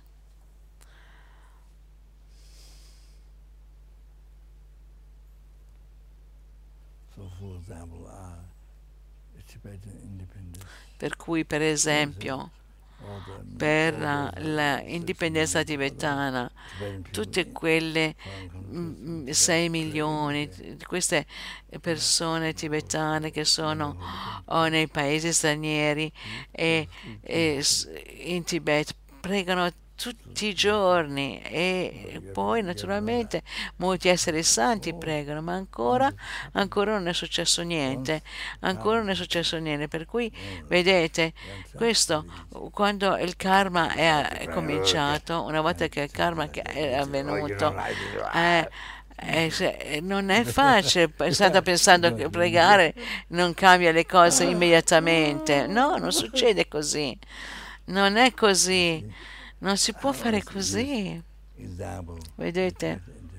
Per cui, per esempio, per l'indipendenza tibetana, tutte quelle sei milioni, queste persone tibetane che sono oh, nei paesi stranieri e, e in Tibet pregano tutti i giorni, e poi naturalmente molti esseri santi pregano, ma ancora, ancora non è successo niente, ancora non è successo niente, per cui vedete, questo quando il karma è cominciato, una volta che il karma è avvenuto, eh, Eh, non è facile. State pensando che pregare non cambia le cose immediatamente. No, non succede così, non è così. Non si può fare così, vedete?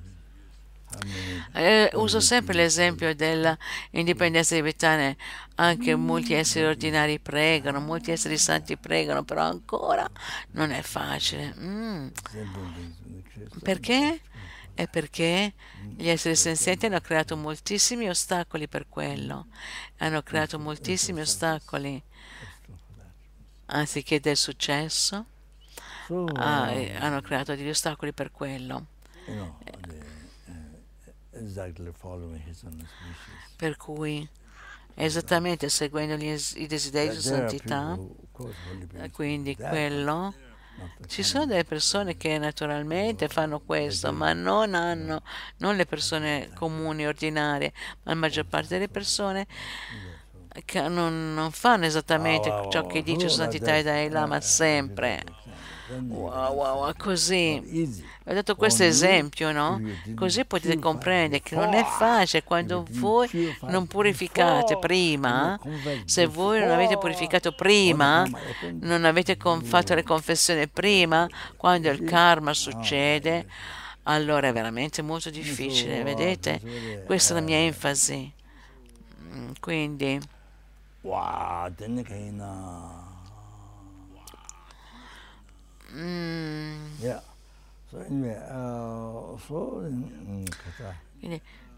Eh, uso sempre l'esempio dell'indipendenza tibetana. Anche molti esseri ordinari pregano, molti esseri santi pregano, però ancora non è facile. Mm. Perché? È perché gli esseri senzienti hanno creato moltissimi ostacoli per quello, hanno creato moltissimi ostacoli anziché del successo. Ah, hanno creato degli ostacoli per quello. Per cui, esattamente seguendo gli, i desideri di santità, quindi quello, ci sono delle persone che naturalmente fanno questo, ma non hanno, non le persone comuni, ordinarie, ma la maggior parte delle persone che non, non fanno esattamente ciò che dice Santità e Dalai Lama sempre. Wow, wow, così ho dato questo esempio, no? Così potete comprendere che non è facile quando voi non purificate prima. Se voi non avete purificato prima, non avete fatto le confessioni prima, quando il karma succede, allora è veramente molto difficile, vedete? Questa è la mia enfasi. Quindi Mm. Yeah. So anyway, uh, so in Qatar. Quindi,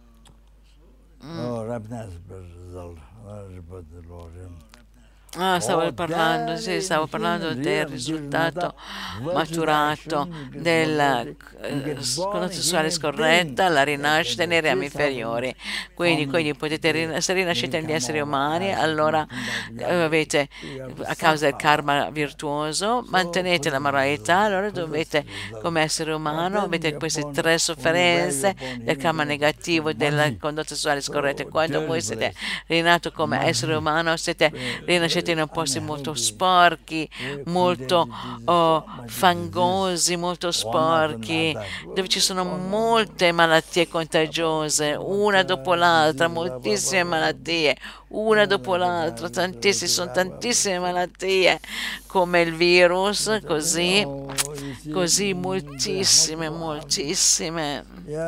Oh, Rabbinas result. Rabbi the Lord. Ah, stavo parlando, sì, stavo parlando del risultato maturato della eh, condotta sessuale scorretta, la rinascita nei rami inferiori. Quindi, quindi potete rin- se rinascete negli esseri umani, allora eh, avete, a causa del karma virtuoso, mantenete la moralità, allora dovete, come essere umano, avete queste tre sofferenze del karma negativo della condotta sessuale scorretta. Quando voi siete rinato come essere umano, siete rinascete in posti molto sporchi, molto oh, fangosi, molto sporchi, dove ci sono molte malattie contagiose, una dopo l'altra, moltissime malattie, una dopo l'altra, tantissime, sono tantissime malattie come il virus, così, così moltissime, moltissime.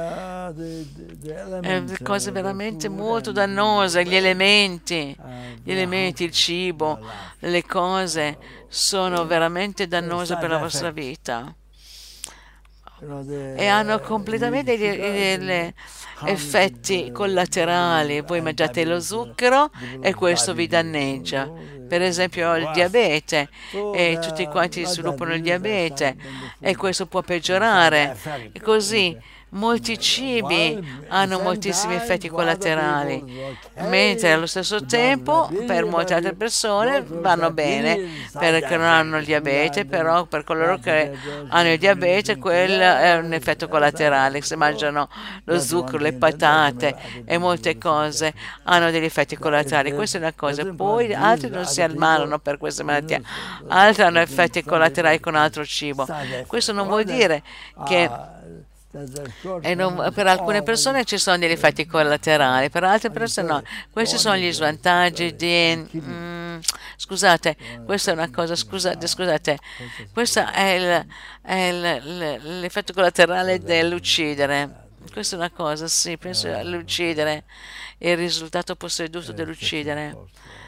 Eh, cose veramente molto dannose, gli elementi, gli elementi, il cibo, le cose sono veramente dannose per la vostra vita e hanno completamente degli effetti collaterali. Voi mangiate lo zucchero e questo vi danneggia. Per esempio il diabete, e tutti quanti sviluppano il diabete e questo può peggiorare. E così molti cibi hanno moltissimi effetti collaterali, mentre allo stesso tempo per molte altre persone vanno bene perché non hanno il diabete, però per coloro che hanno il diabete quello è un effetto collaterale. Se mangiano lo zucchero, le patate e molte cose hanno degli effetti collaterali. Questa è una cosa. Poi altri non si ammalano per queste malattie, altri hanno effetti collaterali con altro cibo. Questo non vuol dire che e non, per alcune persone ci sono degli effetti collaterali, per altre persone no. Questi sono gli svantaggi di... Mm, scusate, questa è una cosa, scusate, scusate, questo è, il, è il, l'effetto collaterale dell'uccidere. Questa è una cosa, sì, penso all'uccidere, il risultato posseduto dell'uccidere.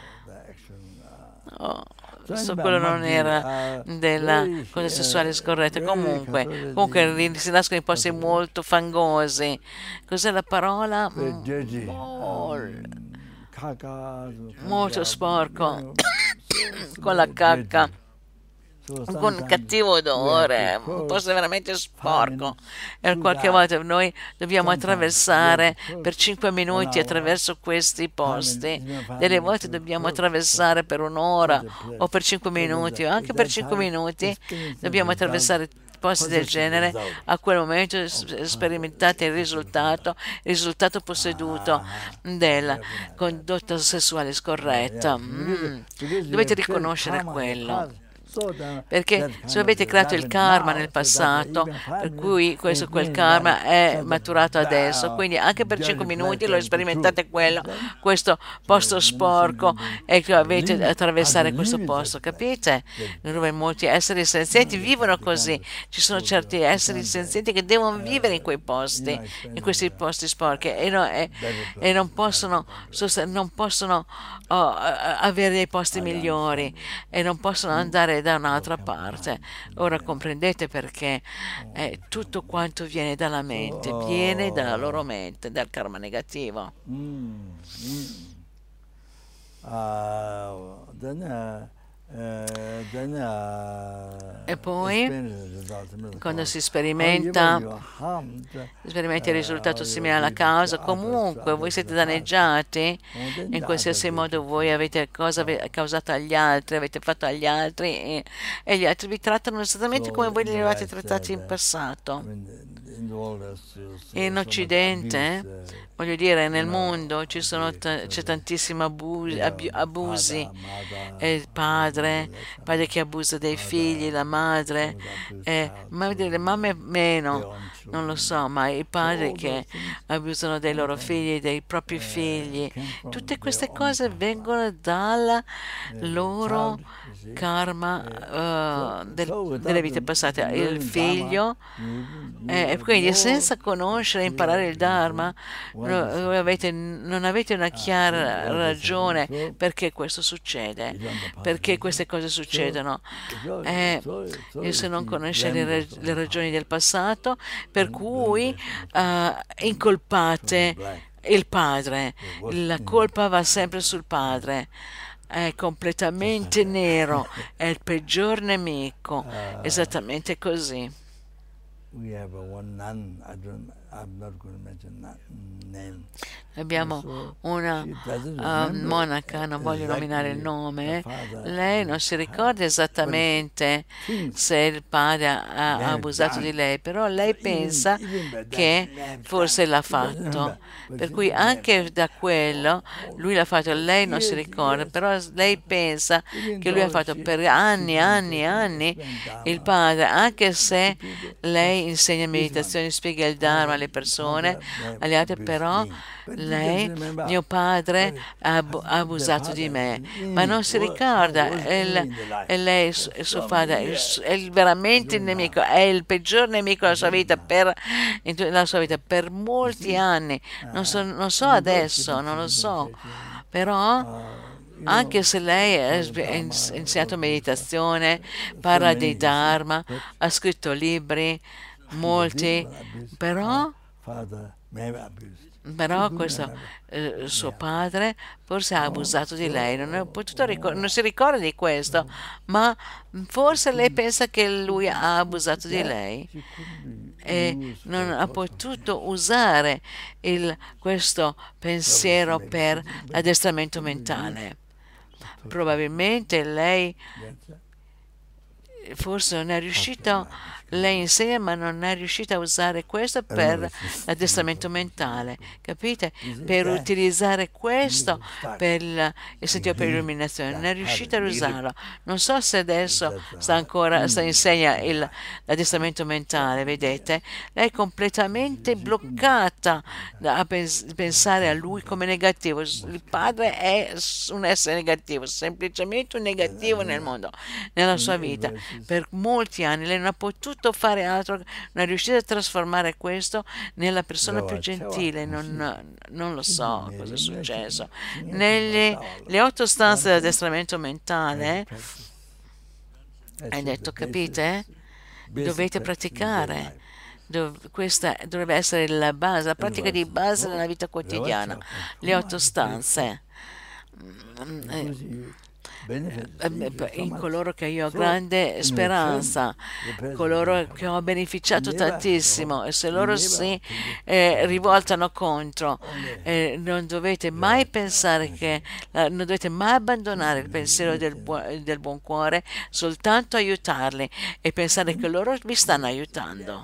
Oh. Questo quello non era della cosa sessuale scorretta. Comunque, comunque si nascono in posti molto fangosi. Cos'è la parola? Mol, molto sporco, con la cacca, con un cattivo odore, un posto veramente sporco. E qualche volta noi dobbiamo attraversare per cinque minuti attraverso questi posti, delle volte dobbiamo attraversare per un'ora o per cinque minuti o anche per cinque minuti dobbiamo attraversare posti del genere. A quel momento sperimentate il risultato il risultato posseduto della condotta sessuale scorretta. Mm. Dovete riconoscere quello, perché se avete creato il karma nel passato, per cui questo quel karma è maturato adesso, quindi anche per cinque minuti lo sperimentate quello, questo posto sporco e che avete attraversare questo posto, capite? Dove molti esseri senzienti vivono così, ci sono certi esseri senzienti che devono vivere in quei posti, in questi posti sporchi e, no, e, e non possono, non possono oh, avere dei posti migliori e non possono andare da un'altra parte. Ora comprendete perché eh, tutto quanto viene dalla mente, viene dalla loro mente, dal karma negativo. Mm, mm. Uh, then, uh, uh, then, uh, e poi quando si sperimenta sperimenta il risultato simile alla causa, comunque voi siete danneggiati in qualsiasi modo, voi avete cosa causato agli altri, avete fatto agli altri e, e gli altri vi trattano esattamente come voi li avete trattati in passato. In Occidente, voglio dire, nel mondo ci sono t- c'è tantissimi abusi, ab- abusi. Il padre, padre che abusa dei figli, la madre, eh, ma le mamme meno, non lo so, ma i padri che abusano dei loro figli, dei propri figli, tutte queste cose vengono dal loro karma uh, del, delle vite passate. Il figlio, eh, quindi senza conoscere e imparare il Dharma, no, voi avete, non avete una chiara ragione perché questo succede, perché queste cose succedono. Eh, e se non conoscete le, le ragioni del passato, per cui uh, incolpate il padre, la colpa va sempre sul padre. È completamente nero, è il peggior nemico, esattamente così. Abbiamo una uh, monaca, non voglio nominare il nome, lei non si ricorda esattamente se il padre ha, ha abusato di lei, però lei pensa che forse l'ha fatto, per cui anche da quello lui l'ha fatto, lei non si ricorda, però lei pensa che lui ha fatto per anni, anni, anni il padre, anche se lei insegna meditazione, spiega il Dharma alle persone, agli altri, però lei, mio padre, ha, ha abusato di me, ma non si ricorda, e lei, il suo padre, è veramente il nemico, è il peggior nemico della sua vita per, nella sua vita per molti anni, non so, non so adesso, non lo so, però anche se lei ha insegnato meditazione, parla di Dharma, ha scritto libri, molti, però Però questo eh, suo padre forse ha abusato di lei, non, è potuto ricor- non si ricorda di questo, ma forse lei pensa che lui ha abusato di lei e non ha potuto usare il- questo pensiero per l'addestramento mentale. Probabilmente lei forse non è riuscita, lei insegna ma non è riuscita a usare questo per l'addestramento mentale, capite? Per utilizzare questo per il, il sentiero per l'illuminazione, non è riuscita a usarlo. Non so se adesso sta ancora, sta insegna il, l'addestramento mentale, vedete? Lei è completamente bloccata a pens- pensare a lui come negativo. Il padre è un essere negativo, semplicemente un negativo nel mondo, nella sua vita. Per molti anni lei non ha potuto fare altro, non è riuscita a trasformare questo nella persona più gentile. Non, non lo so cosa è successo. Nelle le otto stanze dell'addestramento mentale, hai detto, capite? Dovete praticare. Dov- questa dovrebbe essere la base, la pratica di base nella vita quotidiana. Le otto stanze. In coloro che io ho grande speranza, coloro che ho beneficiato tantissimo, e se loro si eh, rivoltano contro, eh, non dovete mai pensare che, eh, non dovete mai abbandonare il pensiero del, bu- del buon cuore, soltanto aiutarli e pensare che loro vi stanno aiutando.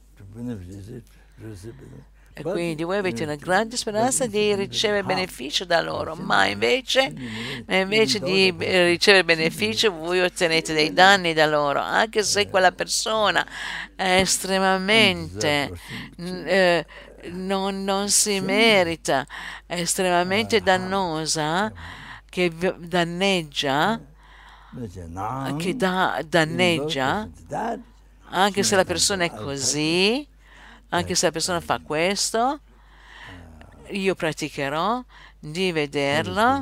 E quindi voi avete una grande speranza di ricevere beneficio da loro, ma invece, invece di ricevere beneficio voi ottenete dei danni da loro, anche se quella persona è estremamente eh, non, non si merita, è estremamente dannosa, che danneggia, che da, danneggia, anche se la persona è così. Anche se la persona fa questo, io praticherò di vederla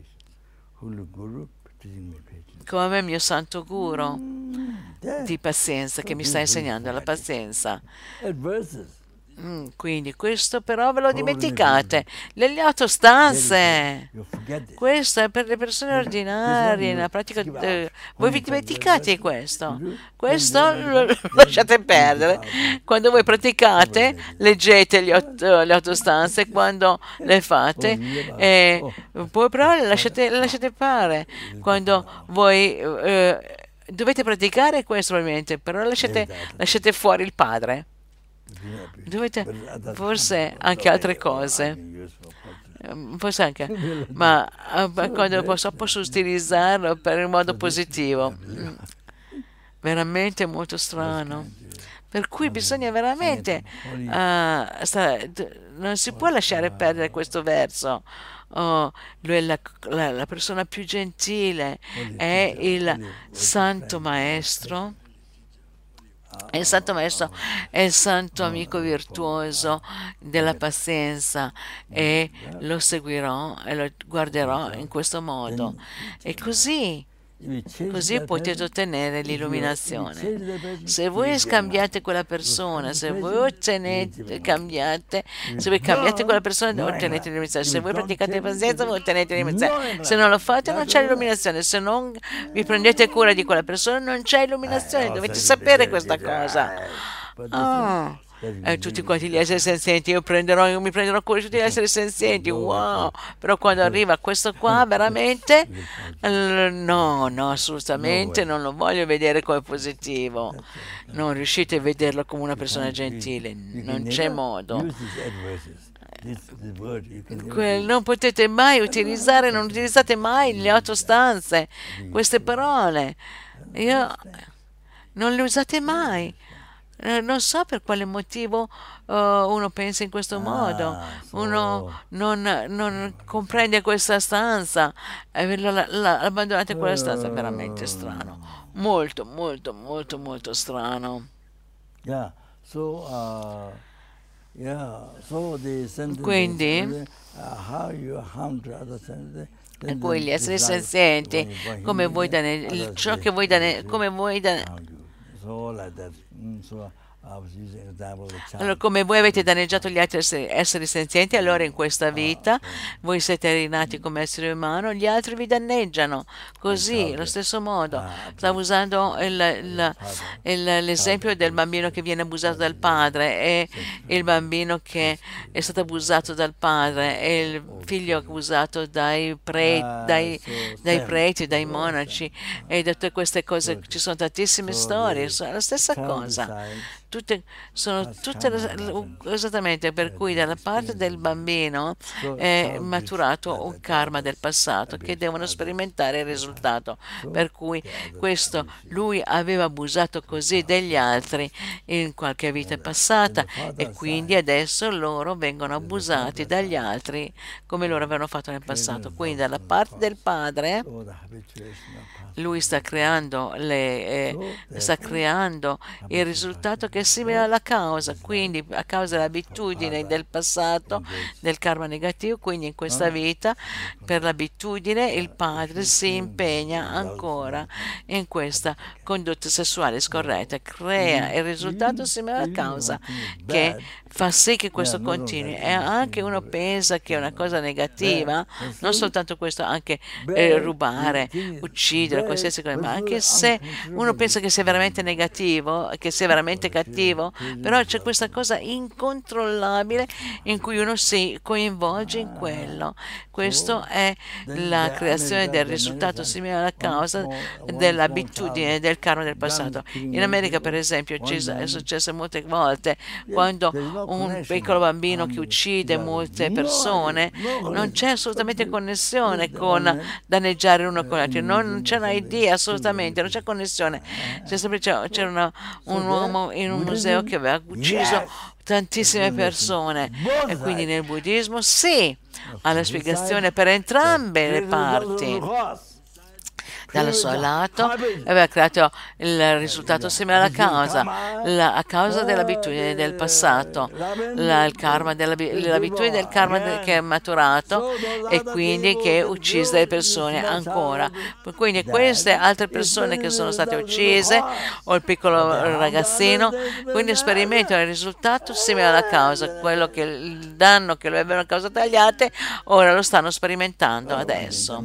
come il mio santo guru di pazienza che mi sta insegnando la pazienza. Mm, quindi questo però ve lo dimenticate. Le otto stanze, questo è per le persone ordinarie, nella pratica, eh, voi vi dimenticate di questo. Questo lo, lo lasciate perdere. Quando voi praticate, leggete le otto, le otto stanze quando le fate, e poi però le lasciate, le lasciate fare. Quando voi eh, dovete praticare questo probabilmente, però lasciate, lasciate fuori il padre. Dovete forse anche altre cose, forse anche, ma quando posso, posso utilizzarlo per un modo positivo. Veramente molto strano. Per cui bisogna veramente uh, stare, non si può lasciare perdere questo verso. Oh, lui è la, la, la persona più gentile, è il santo maestro. Il Santo Maestro è il santo amico virtuoso della pazienza e lo seguirò e lo guarderò in questo modo. E così, così potete ottenere l'illuminazione. Se voi scambiate quella persona, se voi ottenete, cambiate, se voi cambiate quella persona, ottenete l'illuminazione. Se voi praticate pazienza, voi ottenete l'illuminazione. Se non lo fate, non c'è illuminazione. Se non vi prendete cura di quella persona, non c'è illuminazione. Dovete sapere questa cosa. Oh. Eh, tutti quanti gli esseri senzienti, io, prenderò, io mi prenderò cura di tutti gli esseri senzienti, wow! Però quando arriva questo qua, veramente, no, no, assolutamente non lo voglio vedere come positivo. Non riuscite a vederlo come una persona gentile, non c'è modo. Non potete mai utilizzare, non utilizzate mai le otto stanze, queste parole. Io, non le usate mai. Non so per quale motivo uh, uno pensa in questo modo, uno non, non comprende questa stanza, e la, la, abbandonate quella stanza, è veramente strano, molto, molto, molto, molto strano. Yeah, so, uh, yeah, so the Quindi, uh, how you harm to other senses, e poi gli esseri senzienti, come voi danne, ciò che voi danne, come voi danne, so like that. Mm, so Allora, come voi avete danneggiato gli altri esseri, esseri senzienti, allora in questa vita voi siete rinati come esseri umani, gli altri vi danneggiano. Così, allo stesso modo, stavo usando il- il- il- l'esempio del bambino che viene abusato dal padre e il bambino che è stato abusato dal padre e il figlio abusato dai, pre- dai, dai preti, dai monaci e da tutte queste cose. Ci sono tantissime storie, sono la stessa cosa. Tutte, sono tutte esattamente, per cui dalla parte del bambino è maturato un karma del passato che devono sperimentare il risultato, per cui questo lui aveva abusato così degli altri in qualche vita passata e quindi adesso loro vengono abusati dagli altri come loro avevano fatto nel passato. Quindi dalla parte del padre lui sta creando, le, eh, sta creando il risultato che è simile alla causa, quindi a causa dell'abitudine del passato, del karma negativo, quindi in questa vita per l'abitudine il padre si impegna ancora in questa condotta sessuale scorretta, crea il risultato simile alla causa che fa sì che questo continui. E anche uno pensa che è una cosa negativa, non soltanto questo, anche eh, rubare, uccidere, qualsiasi cosa, ma anche se uno pensa che sia veramente negativo, che sia veramente cattivo, però c'è questa cosa incontrollabile in cui uno si coinvolge in quello. Questo è la creazione del risultato simile alla causa dell'abitudine del karma del passato. In America, per esempio, ci è successo molte volte quando un piccolo bambino che uccide molte persone, non c'è assolutamente connessione con danneggiare uno con l'altro, non c'è una idea assolutamente, non c'è connessione. C'è semplicemente c'era una- un uomo in un museo che aveva ucciso tantissime persone e quindi nel buddismo sì, ha la spiegazione per entrambe le parti. Dal suo lato aveva creato il risultato simile alla causa, la- a causa dell'abitudine del passato, la- il karma dell'abi- l'abitudine del karma de- che è maturato e quindi che uccise le persone ancora. Quindi queste altre persone che sono state uccise o il piccolo ragazzino, quindi sperimentano il risultato simile alla causa, quello che il danno che lo avevano causato agli altri, ora lo stanno sperimentando adesso.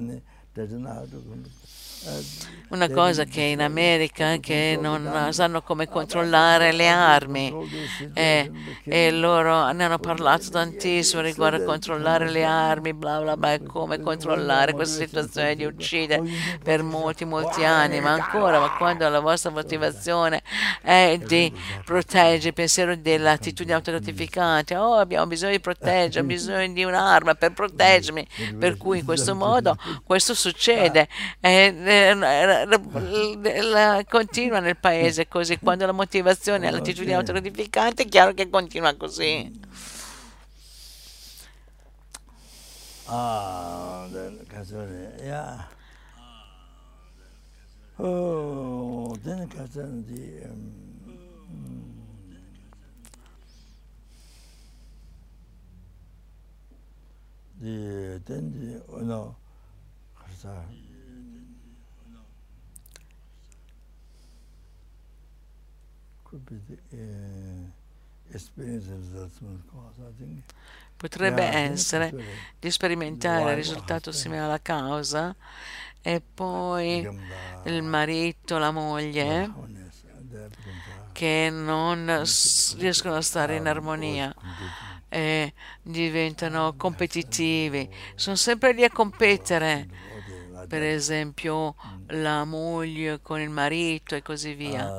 Una cosa che in America che non sanno come controllare le armi e, e loro ne hanno parlato tantissimo riguardo a controllare le armi, bla bla bla, e come controllare questa situazione di uccidere per molti molti anni, ma ancora, ma quando la vostra motivazione è di proteggere il pensiero dell'attitudine autogratificante, oh abbiamo bisogno di proteggere, ho bisogno di un'arma per proteggermi, per cui in questo modo questo succede. E, eh, la- la- continua nel paese così, quando la motivazione è l'attitudine autogratificante è chiaro che continua così. Ah, then 가서는 야, 어, then 가서는 디, 디, then 디, 어느 가서 could be the uh, experience of the cause, I think. Potrebbe essere di sperimentare il risultato simile alla causa e poi il marito, la moglie che non s- riescono a stare in armonia e diventano competitivi, sono sempre lì a competere, per esempio la moglie con il marito e così via.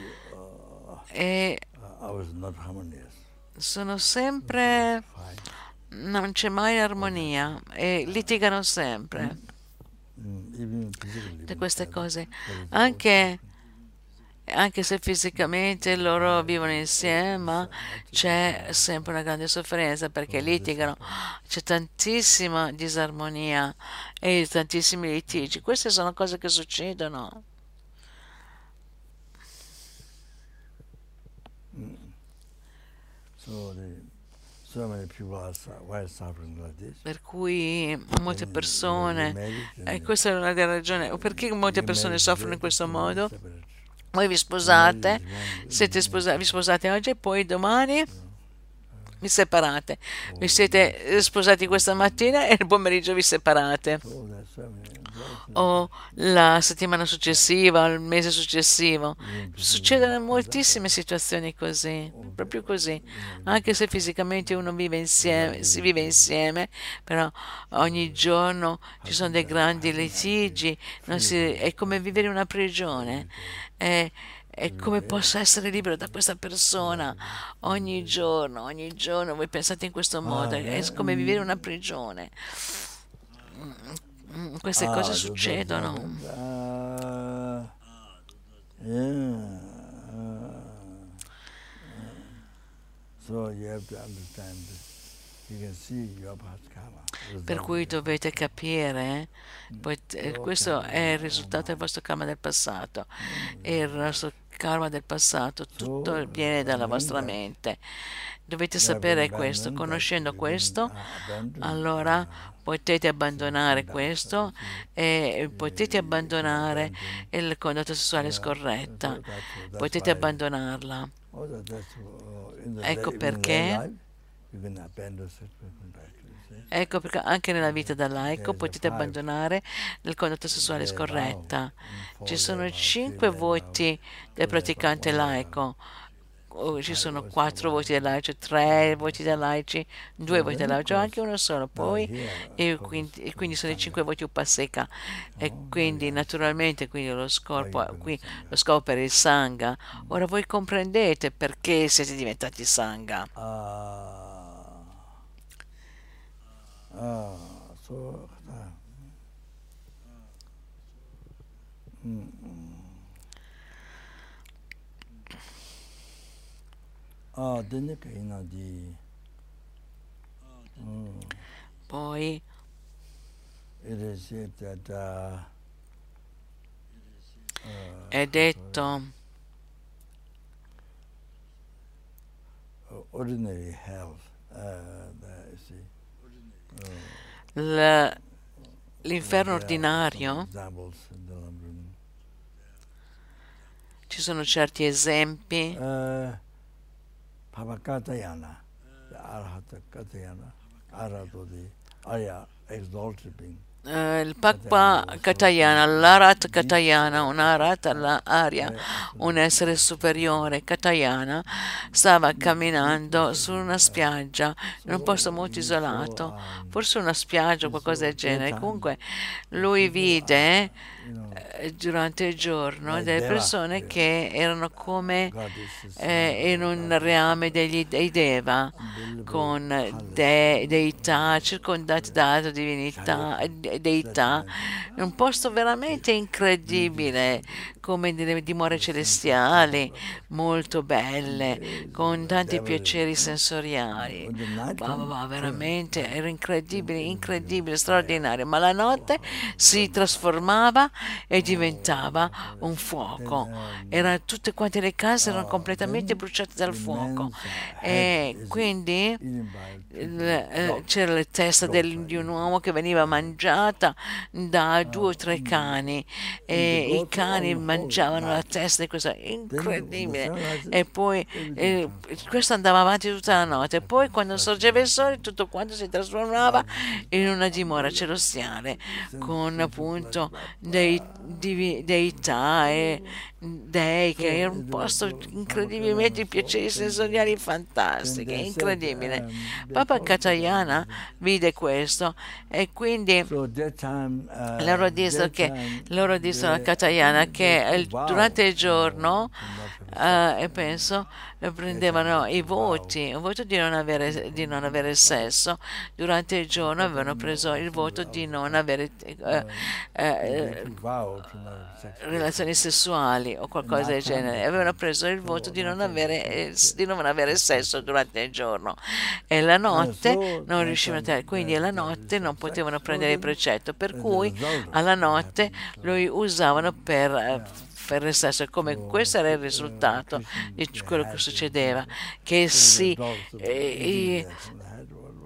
E I was not harmonious. sono sempre, non c'è mai armonia e litigano sempre Mm, even physically. di queste cose, anche, anche se fisicamente loro vivono insieme, ma c'è sempre una grande sofferenza perché litigano, c'è tantissima disarmonia e tantissimi litigi. Queste sono cose che succedono. So the so many people are su- why suffering like this. Per cui molte Then persone, you- you married and e questa è una delle ragioni, perché molte you persone married soffrono in very questo different, modo? separate. Voi vi sposate, siete sposa- vi sposate oggi e poi domani vi separate. Vi siete sposati questa mattina e il pomeriggio vi separate. O la settimana successiva, o il mese successivo. Succedono moltissime situazioni così, proprio così. Anche se fisicamente uno vive insieme, si vive insieme, però ogni giorno ci sono dei grandi litigi, non si- è come vivere in una prigione. È, è come posso essere libero da questa persona ogni giorno, ogni giorno voi pensate in questo modo, è come vivere in una prigione. Mm, Queste cose succedono. Uh, yeah. uh, so you have to understand. You can see your past karma. Per cui dovete capire, pot- eh, questo è il risultato del vostro karma del passato, e il vostro karma del passato, tutto viene dalla vostra mente. Dovete sapere questo, conoscendo questo, allora potete abbandonare questo e potete abbandonare la condotta sessuale scorretta, potete abbandonarla. Ecco perché Ecco perché anche nella vita da laico potete abbandonare la condotta sessuale scorretta. Ci sono cinque voti del praticante laico. Oh, ci sono quattro voti da laici, tre voti da laici, due voti da laici, anche uno solo. Poi, e quindi, e quindi sono i cinque voti upaseka. E quindi, naturalmente, quindi lo scopo, qui, lo scopo per il sangha. Ora voi comprendete perché siete diventati sangha. Ah, so, ah. Mm, mm. Ah, denne che ina di mm. Poi It is said that uh, uh, è detto ordinary health, uh, the, see, l- l'inferno ordinario. Ci sono certi esempi. Pavakatayana, the Arhata Katayana, Arato di Arya, exalted being. Uh, il Pakpa Katayana, l'Arat Katayana, un'Arat all'aria, un essere superiore Katayana, stava camminando su una spiaggia in un posto molto isolato, forse una spiaggia o qualcosa del genere. Comunque lui vide eh, durante il giorno delle persone che erano come eh, in un reame degli, dei Deva, con de, deità circondati da altre divinità, deità, un posto veramente incredibile, come delle dimore celestiali, molto belle, con tanti piaceri sensoriali. Bah, bah, bah, veramente era incredibile, incredibile, straordinario. Ma la notte si trasformava e diventava un fuoco. Era, tutte quante le case erano completamente bruciate dal fuoco. E quindi eh, c'era la testa del, di un uomo che veniva mangiata da due o tre cani, e i cani mangiavano la testa di questo, incredibile. E poi eh, questo andava avanti tutta la notte. E poi quando sorgeva il sole tutto quanto si trasformava in una dimora celestiale con appunto dei divi- deità e dei, che era un posto incredibilmente piaceri sensoriali fantastiche, incredibile. Papa Katayana vide questo e quindi loro dissero che loro dissero a Katayana che il- durante il giorno eh, e penso prendevano i voti, il voto di non avere, di non avere sesso. Durante il giorno avevano preso il voto di non avere eh, eh, relazioni sessuali o qualcosa del genere. Avevano preso il voto di non avere, eh, di non avere sesso durante il giorno, e la notte non riuscivano a tenere, quindi alla notte non potevano prendere il precetto, per cui alla notte lo usavano per eh, per il sesso. Come questo era il risultato di quello che succedeva, che si, eh,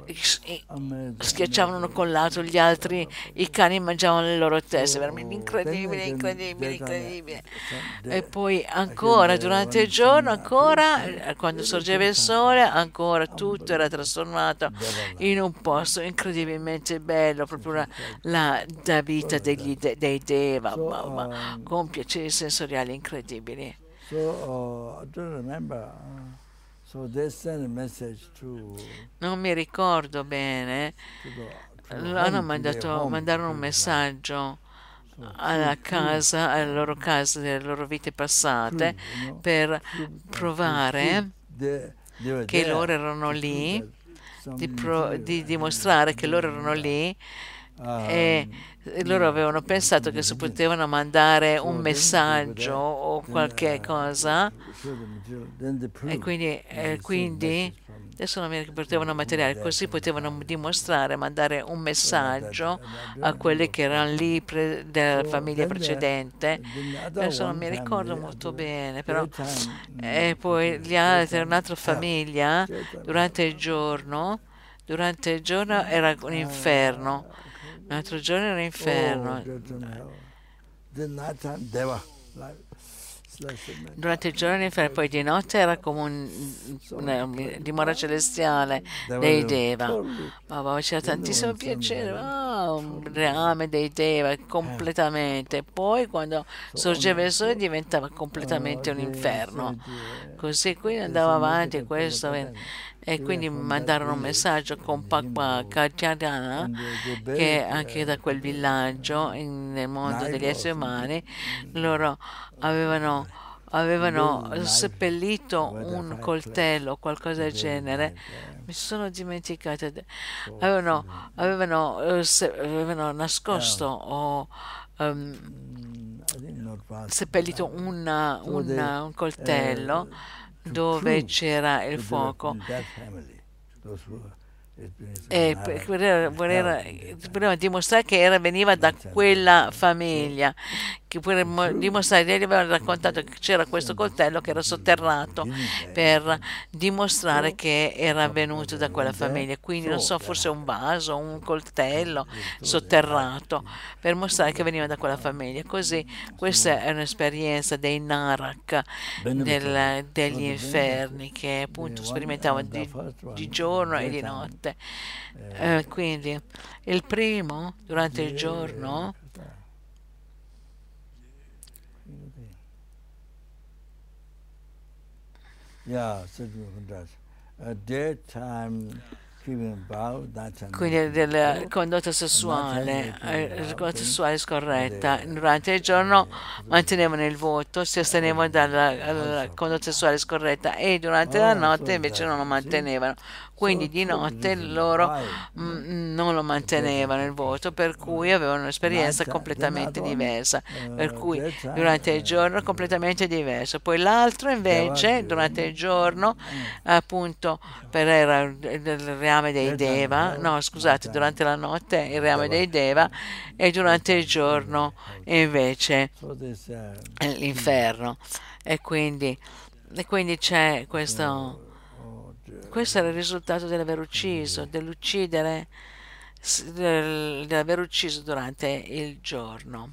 schiacciavano uno con l'altro, gli altri, i cani mangiavano le loro teste, veramente incredibile, incredibile, incredibile. E poi ancora durante il giorno, ancora quando sorgeva il sole, ancora tutto era trasformato in un posto incredibilmente bello, proprio la, la, la vita degli, de, dei Deva, ma, ma, con piaceri sensoriali incredibili. So, uh, I don't remember. Uh, so they sent a message to. Non mi ricordo bene. Hanno mandato, mandarono un messaggio alla casa, alle loro case, delle loro vite passate, per provare che loro erano lì, di, pro, di dimostrare che loro erano lì, e loro avevano pensato che si potevano mandare un messaggio o qualche cosa, e quindi, eh, quindi adesso non mi ricordo, potevano materiale, così potevano dimostrare, mandare un messaggio a quelli che erano lì pre, della famiglia precedente. Adesso non mi ricordo molto bene, però e poi gli altri, un'altra famiglia, durante il giorno, durante il giorno era un inferno, un altro giorno era un inferno. Durante il giorno l'inferno, poi di notte era come un, una dimora celestiale dei Deva. Oh, c'era tantissimo piacere, oh, un reame dei Deva completamente. Poi quando sorgeva il sole diventava completamente un inferno. Così quindi andava avanti questo. E quindi mandarono un messaggio con Papa Katyayana, che anche da quel villaggio in, nel mondo degli esseri umani loro avevano, avevano seppellito un coltello o qualcosa del genere. Mi sono dimenticata. Avevano, avevano, avevano nascosto o um, seppellito una, una, un coltello dove c'era il fuoco, e voleva, voleva dimostrare che era, veniva da quella famiglia, che per dimostrare, gli avevano raccontato che c'era questo coltello che era sotterrato per dimostrare che era venuto da quella famiglia, quindi non so, forse un vaso, un coltello sotterrato per mostrare che veniva da quella famiglia. Così questa è un'esperienza dei Narak, del, degli inferni, che appunto sperimentavano di, di giorno e di notte. Eh, quindi il primo durante il giorno quindi della condotta sessuale, eh, condotta sessuale scorretta, durante il giorno mantenevano il voto, si astenevano dalla, dalla condotta sessuale scorretta, e durante la notte invece non lo mantenevano. Quindi di notte loro mh, non lo mantenevano il voto, per cui avevano un'esperienza completamente diversa, per cui durante il giorno completamente diverso. Poi l'altro invece durante il giorno, appunto, per era il reame dei Deva, no scusate, durante la notte il reame dei Deva, e durante il giorno invece l'inferno. E quindi, e quindi c'è questo. Questo era il risultato dell'aver ucciso, dell'uccidere, dell'aver ucciso durante il giorno.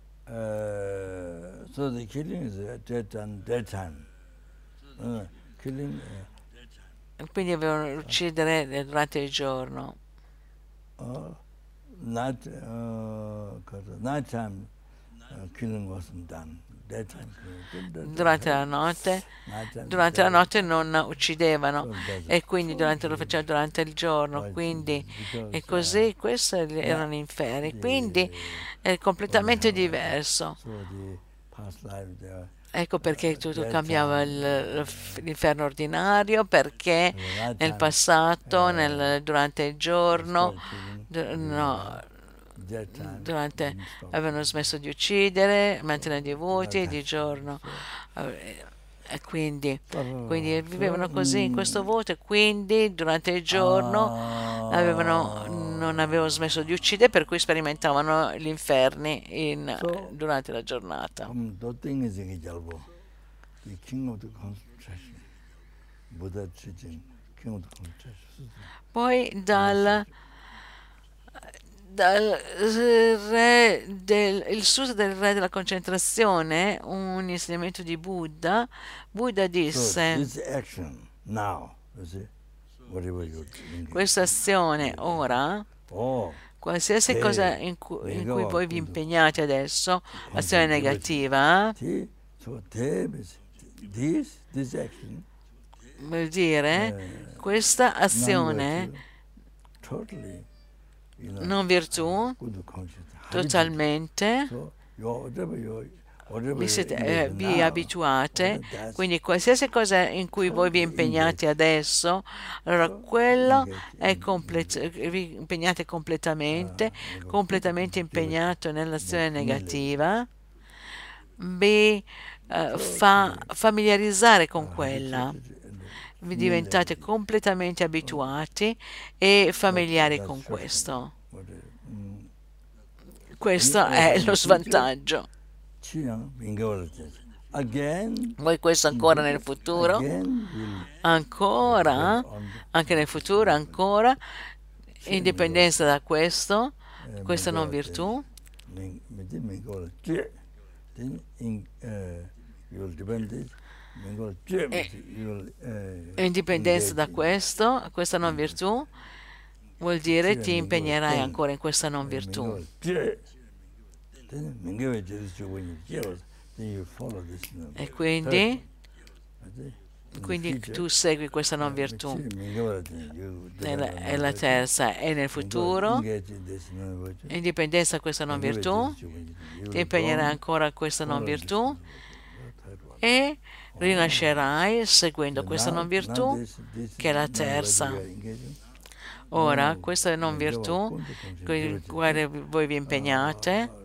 Uh, so the killing is at daytime. daytime. Uh, killing, uh, Quindi avevano uccidere durante il giorno. Uh, night, uh, nighttime uh, killing wasn't done. Durante la notte durante la notte non uccidevano, e quindi durante, lo facevano durante il giorno, quindi e così questi erano inferni, quindi è completamente diverso. Ecco perché tutto cambiava l'inferno ordinario, perché nel passato, nel, durante il giorno, no, durante avevano smesso di uccidere, mantenendo i voti di giorno, e quindi, quindi vivevano così in questo voto, e quindi durante il giorno avevano, non avevano smesso di uccidere, per cui sperimentavano gli inferni in, durante la giornata. Poi dal, dal re del, il sutra del re della concentrazione, un insegnamento di Buddha, Buddha disse: questa azione ora, qualsiasi cosa in cui, in cui voi vi impegnate adesso, azione negativa, vuol dire questa azione non virtù, totalmente vi, siete, eh, vi abituate, quindi qualsiasi cosa in cui voi vi impegnate adesso, allora quello è complet- vi impegnate completamente, completamente impegnato nell'azione negativa, vi eh, fa familiarizzare con quella. Vi diventate completamente abituati e familiari con questo. Questo è lo svantaggio. Voi questo ancora nel futuro, ancora, anche nel futuro, ancora, indipendenza da questo, questa non virtù, e indipendenza da questo, questa non virtù, vuol dire ti impegnerai ancora in questa non virtù. E quindi, quindi tu segui questa non virtù. È la terza. E nel futuro, indipendenza da questa non virtù, ti impegnerai ancora in questa non virtù e rinascerai seguendo questa non virtù, che è la terza. Ora, questa non virtù con la quale voi vi impegnate,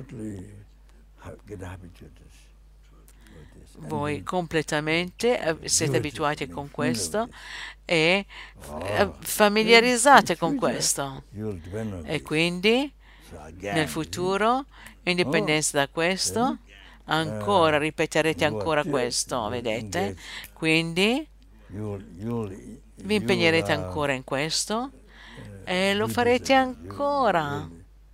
voi completamente siete abituati con questo e familiarizzate con questo. E quindi, nel futuro, indipendenza da questo, ancora ripeterete ancora questo, vedete? Quindi vi impegnerete ancora in questo e lo farete ancora.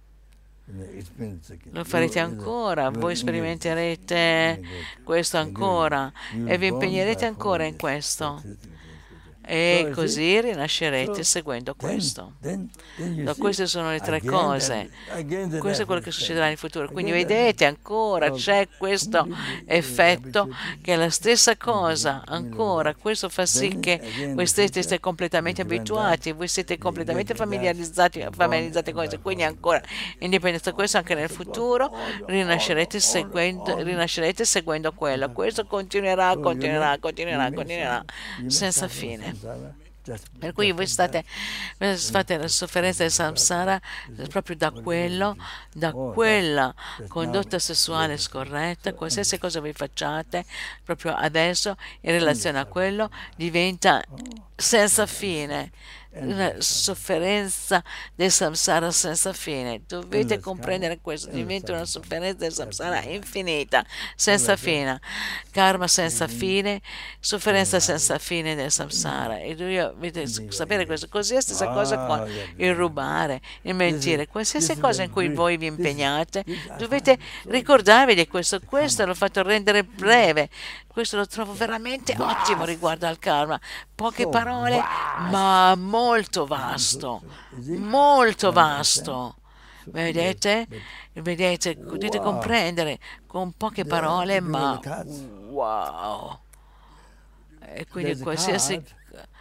Lo farete ancora, voi sperimenterete questo ancora e vi impegnerete ancora in questo. E così rinascerete seguendo questo. No, queste sono le tre cose. Questo è quello che succederà nel futuro. Quindi vedete, ancora c'è questo effetto che è la stessa cosa. Ancora, questo fa sì che voi siete completamente abituati, voi siete completamente familiarizzati, familiarizzati con questo. Quindi ancora, indipendenza da questo, anche nel futuro rinascerete seguendo, rinascerete seguendo quello. Questo continuerà, continuerà, continuerà, continuerà, senza fine. Per cui voi state, fate la sofferenza del samsara proprio da quello, da quella condotta sessuale scorretta, qualsiasi cosa vi facciate proprio adesso in relazione a quello diventa senza fine, una sofferenza del samsara senza fine. Dovete comprendere questo, diventa una sofferenza del samsara infinita, senza fine, karma senza fine, sofferenza senza fine del samsara. E dovete sapere questo. Così è la stessa cosa con il rubare, il mentire, qualsiasi cosa in cui voi vi impegnate, dovete ricordarvi di questo. Questo l'ho fatto rendere breve. Questo lo trovo veramente ottimo riguardo al karma. Poche parole, ma molto vasto, molto vasto. Vedete? Vedete? Potete comprendere con poche parole, ma wow. E quindi qualsiasi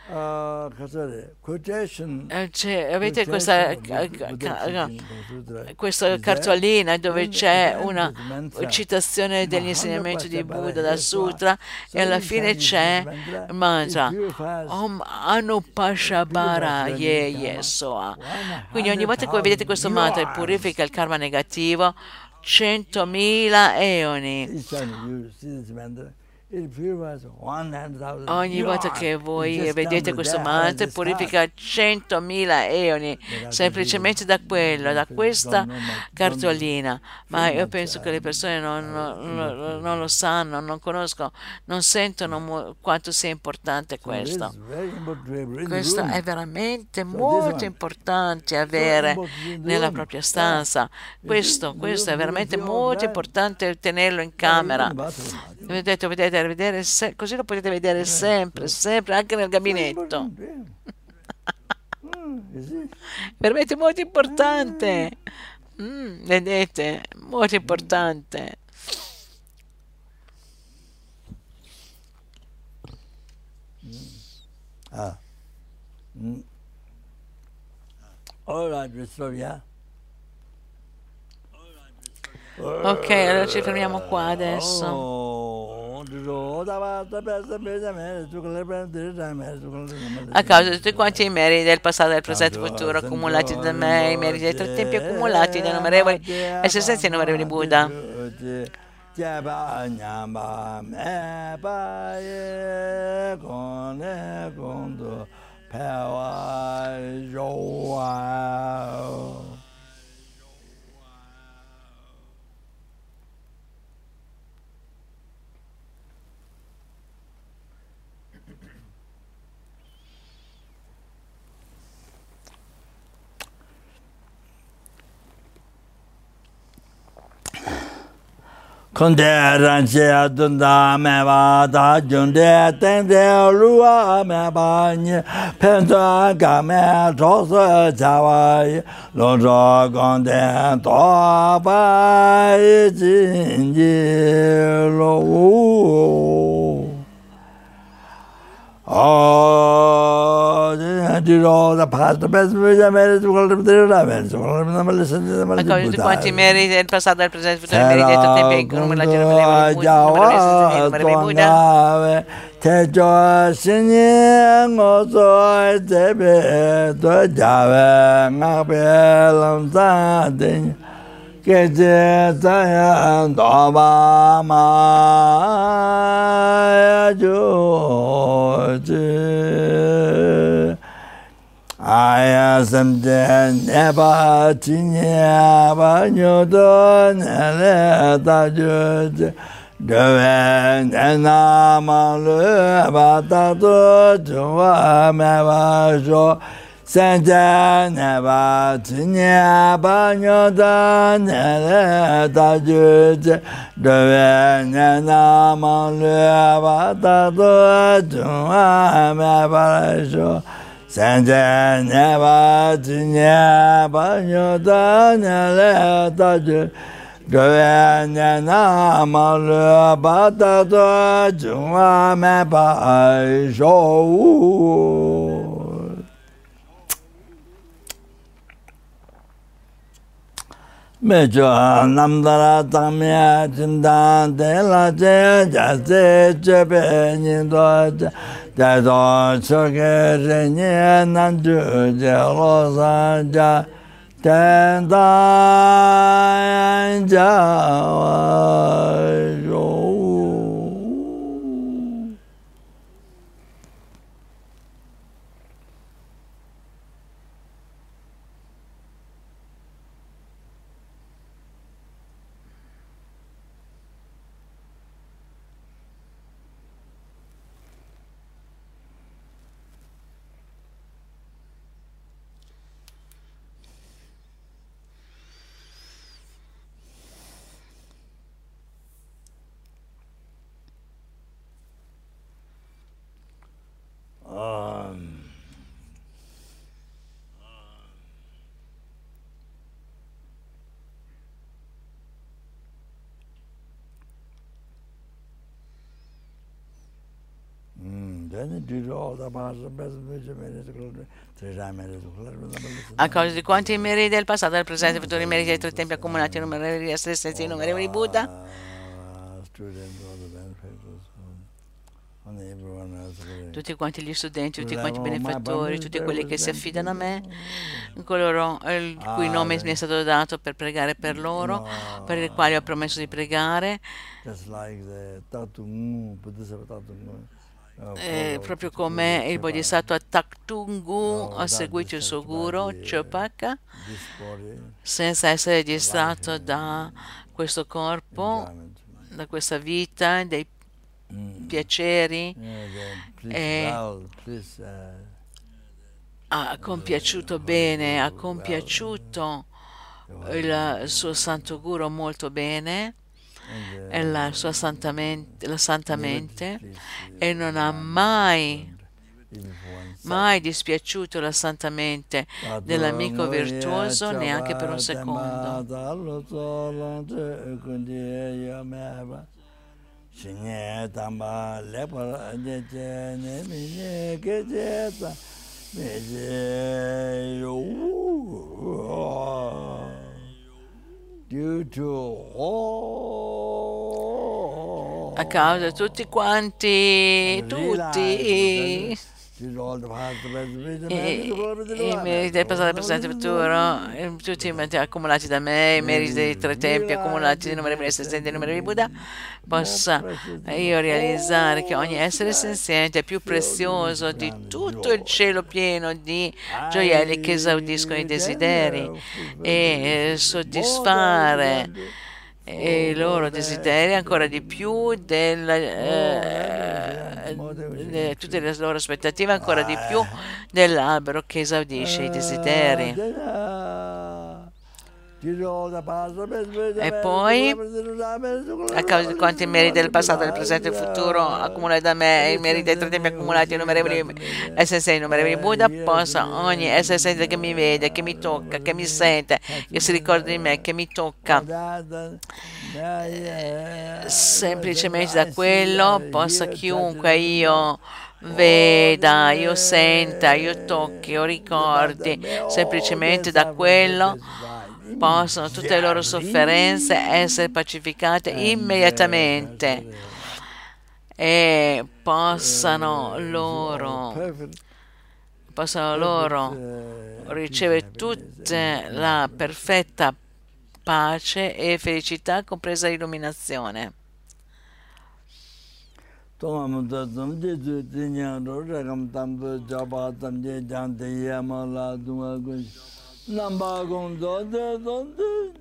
C'è, avete questa, questa cartolina dove c'è una citazione degli insegnamenti di Buddha dal sutra e alla fine c'è il mantra Om Anupashabara Ye Ye Soa. Quindi ogni volta che voi vedete questo mantra purifica il karma negativo centomila eoni. Ogni volta che voi vedete questo mantra purifica centomila eoni semplicemente da quello, da questa cartolina. Ma io penso che le persone non, non, non lo sanno, non conoscono, non sentono quanto sia importante questo. Questo è veramente molto importante avere nella propria stanza. Questo, questo è veramente molto importante tenerlo in camera. Vedete, vedete, vedere se, così lo potete vedere sempre, sempre, anche nel gabinetto. Veramente molto importante. Mm, vedete, molto importante. Ah. Mm. All right, restore, yeah. Ok, allora ci fermiamo qua adesso. A causa di tutti quanti i meriti del passato, del presente e del futuro accumulati da me, i meriti dei tre tempi accumulati da innumerevoli esistenze e innumerevoli Buddha. Konde ranche dunda me va da junde tende lua me ba ni penta ga me trosa jawai lo ro konde to ba jin ji lo oh di ro da past best me me tu col de la me tu col me me listen de me a causa di quanti meriti del passato, del presente, del futuro, i meriti del tempo che non me la innumerevoli Buddha. te jo sin yin ngo so te be to ja we nga be lam sa de ke je ta ya do ba ma jo je aya sam de ne ba ti ne ba nyo do ne le ta jo je Deven enama le batato jwa me ba jo sanje ne ba tinya ba nyo da ne le ta ju je deven enama le batato jwa me ba jo sanje ne ba tinya ba nyo da ne le ta ju Deven nama le batato jwa me ba jo me jo namdara tamya jindan de la je ja se je be ni do ja do choge re ni nan ju je lo sa ja ten da ja yo Um, a causa di quanti meriti del passato, del presente e futuro, i meriti dei tre tempi accumulati in innumerevoli esistenze e innumerevoli Buddha. tutti quanti gli studenti, tutti quanti i benefattori, tutti quelli che si affidano a me, coloro il cui nome mi è stato dato per pregare per loro, per i quali ho promesso di pregare, eh, proprio come il Bodhisattva Taktungu ha seguito il suo guru Chopaka senza essere distratto da questo corpo, da questa vita, dei piaceri, e ha compiaciuto bene, ha compiaciuto il suo santo guru molto bene e la sua santa mente, la santa mente, e non ha mai mai dispiaciuto la santa mente dell'amico virtuoso neanche per un secondo. A causa di tutti quanti, tutti i meriti del passato, presente e futuro, tutti i meriti accumulati da me, i meriti dei tre tempi accumulati di innumerevoli senzienti e innumerevoli Buddha, possa io realizzare che ogni essere senziente è più prezioso di tutto il cielo pieno di gioielli che esaudiscono i desideri, e soddisfare e i loro desideri ancora di più della, eh, de, tutte le loro aspettative ancora di più dell'albero che esaudisce i desideri. E poi, a causa di quanti meriti del passato, del presente e del futuro accumulati da me, e i meriti dei tre tempi accumulati innumerevoli essenziali innumerevoli Buddha, possa ogni essere sentente che mi vede, che mi tocca, che mi sente, che si ricorda di me, che mi tocca, semplicemente da quello possa chiunque io veda, io senta, io tocchi o ricordi, semplicemente da quello possono tutte le loro sofferenze essere pacificate immediatamente, e possano loro possano loro ricevere tutta la perfetta pace e felicità, compresa l'illuminazione. Namba gondo de donde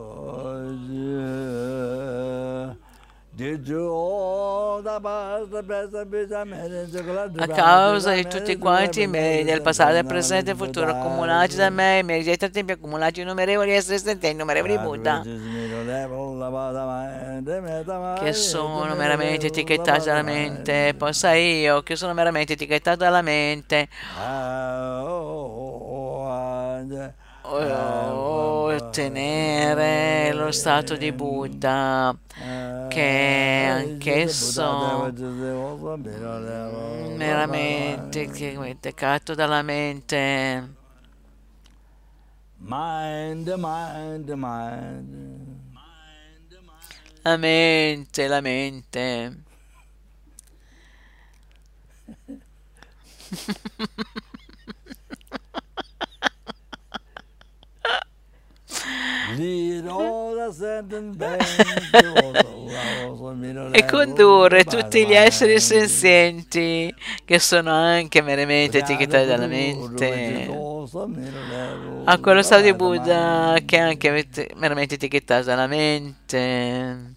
a causa di tutti quanti i meriti del passato, del presente e del futuro accumulati da me, i meriti dei tre tempi accumulati innumerevoli esseri senzienti e innumerevoli Buddha, che sono meramente etichettati dalla mente, possa io, che sono meramente etichettato dalla mente, ottenere lo stato di Buddha, che anch'esso meramente etichettato dalla mente. La mente, la mente. E condurre tutti gli esseri senzienti che sono anche meramente etichettati dalla mente a quello stato di Buddha che è anche meramente etichettato dalla mente,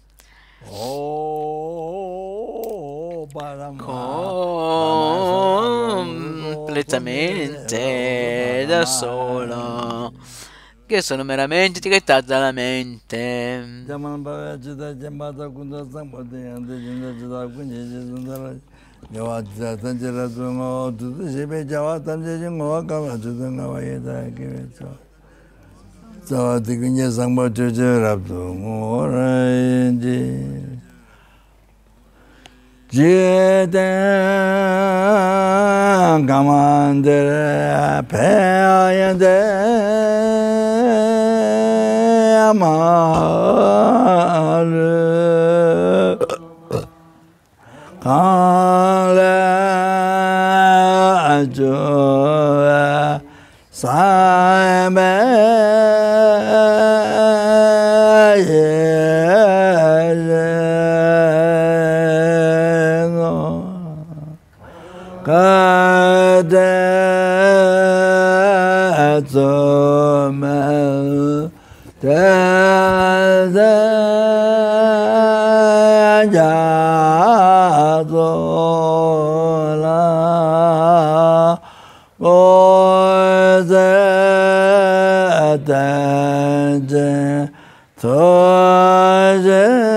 completamente da solo, che sono meramente etichettati dalla mente. Jeden Kamandere Peyende Amalu Kadetsumel Tezajazola Ozeteje Toje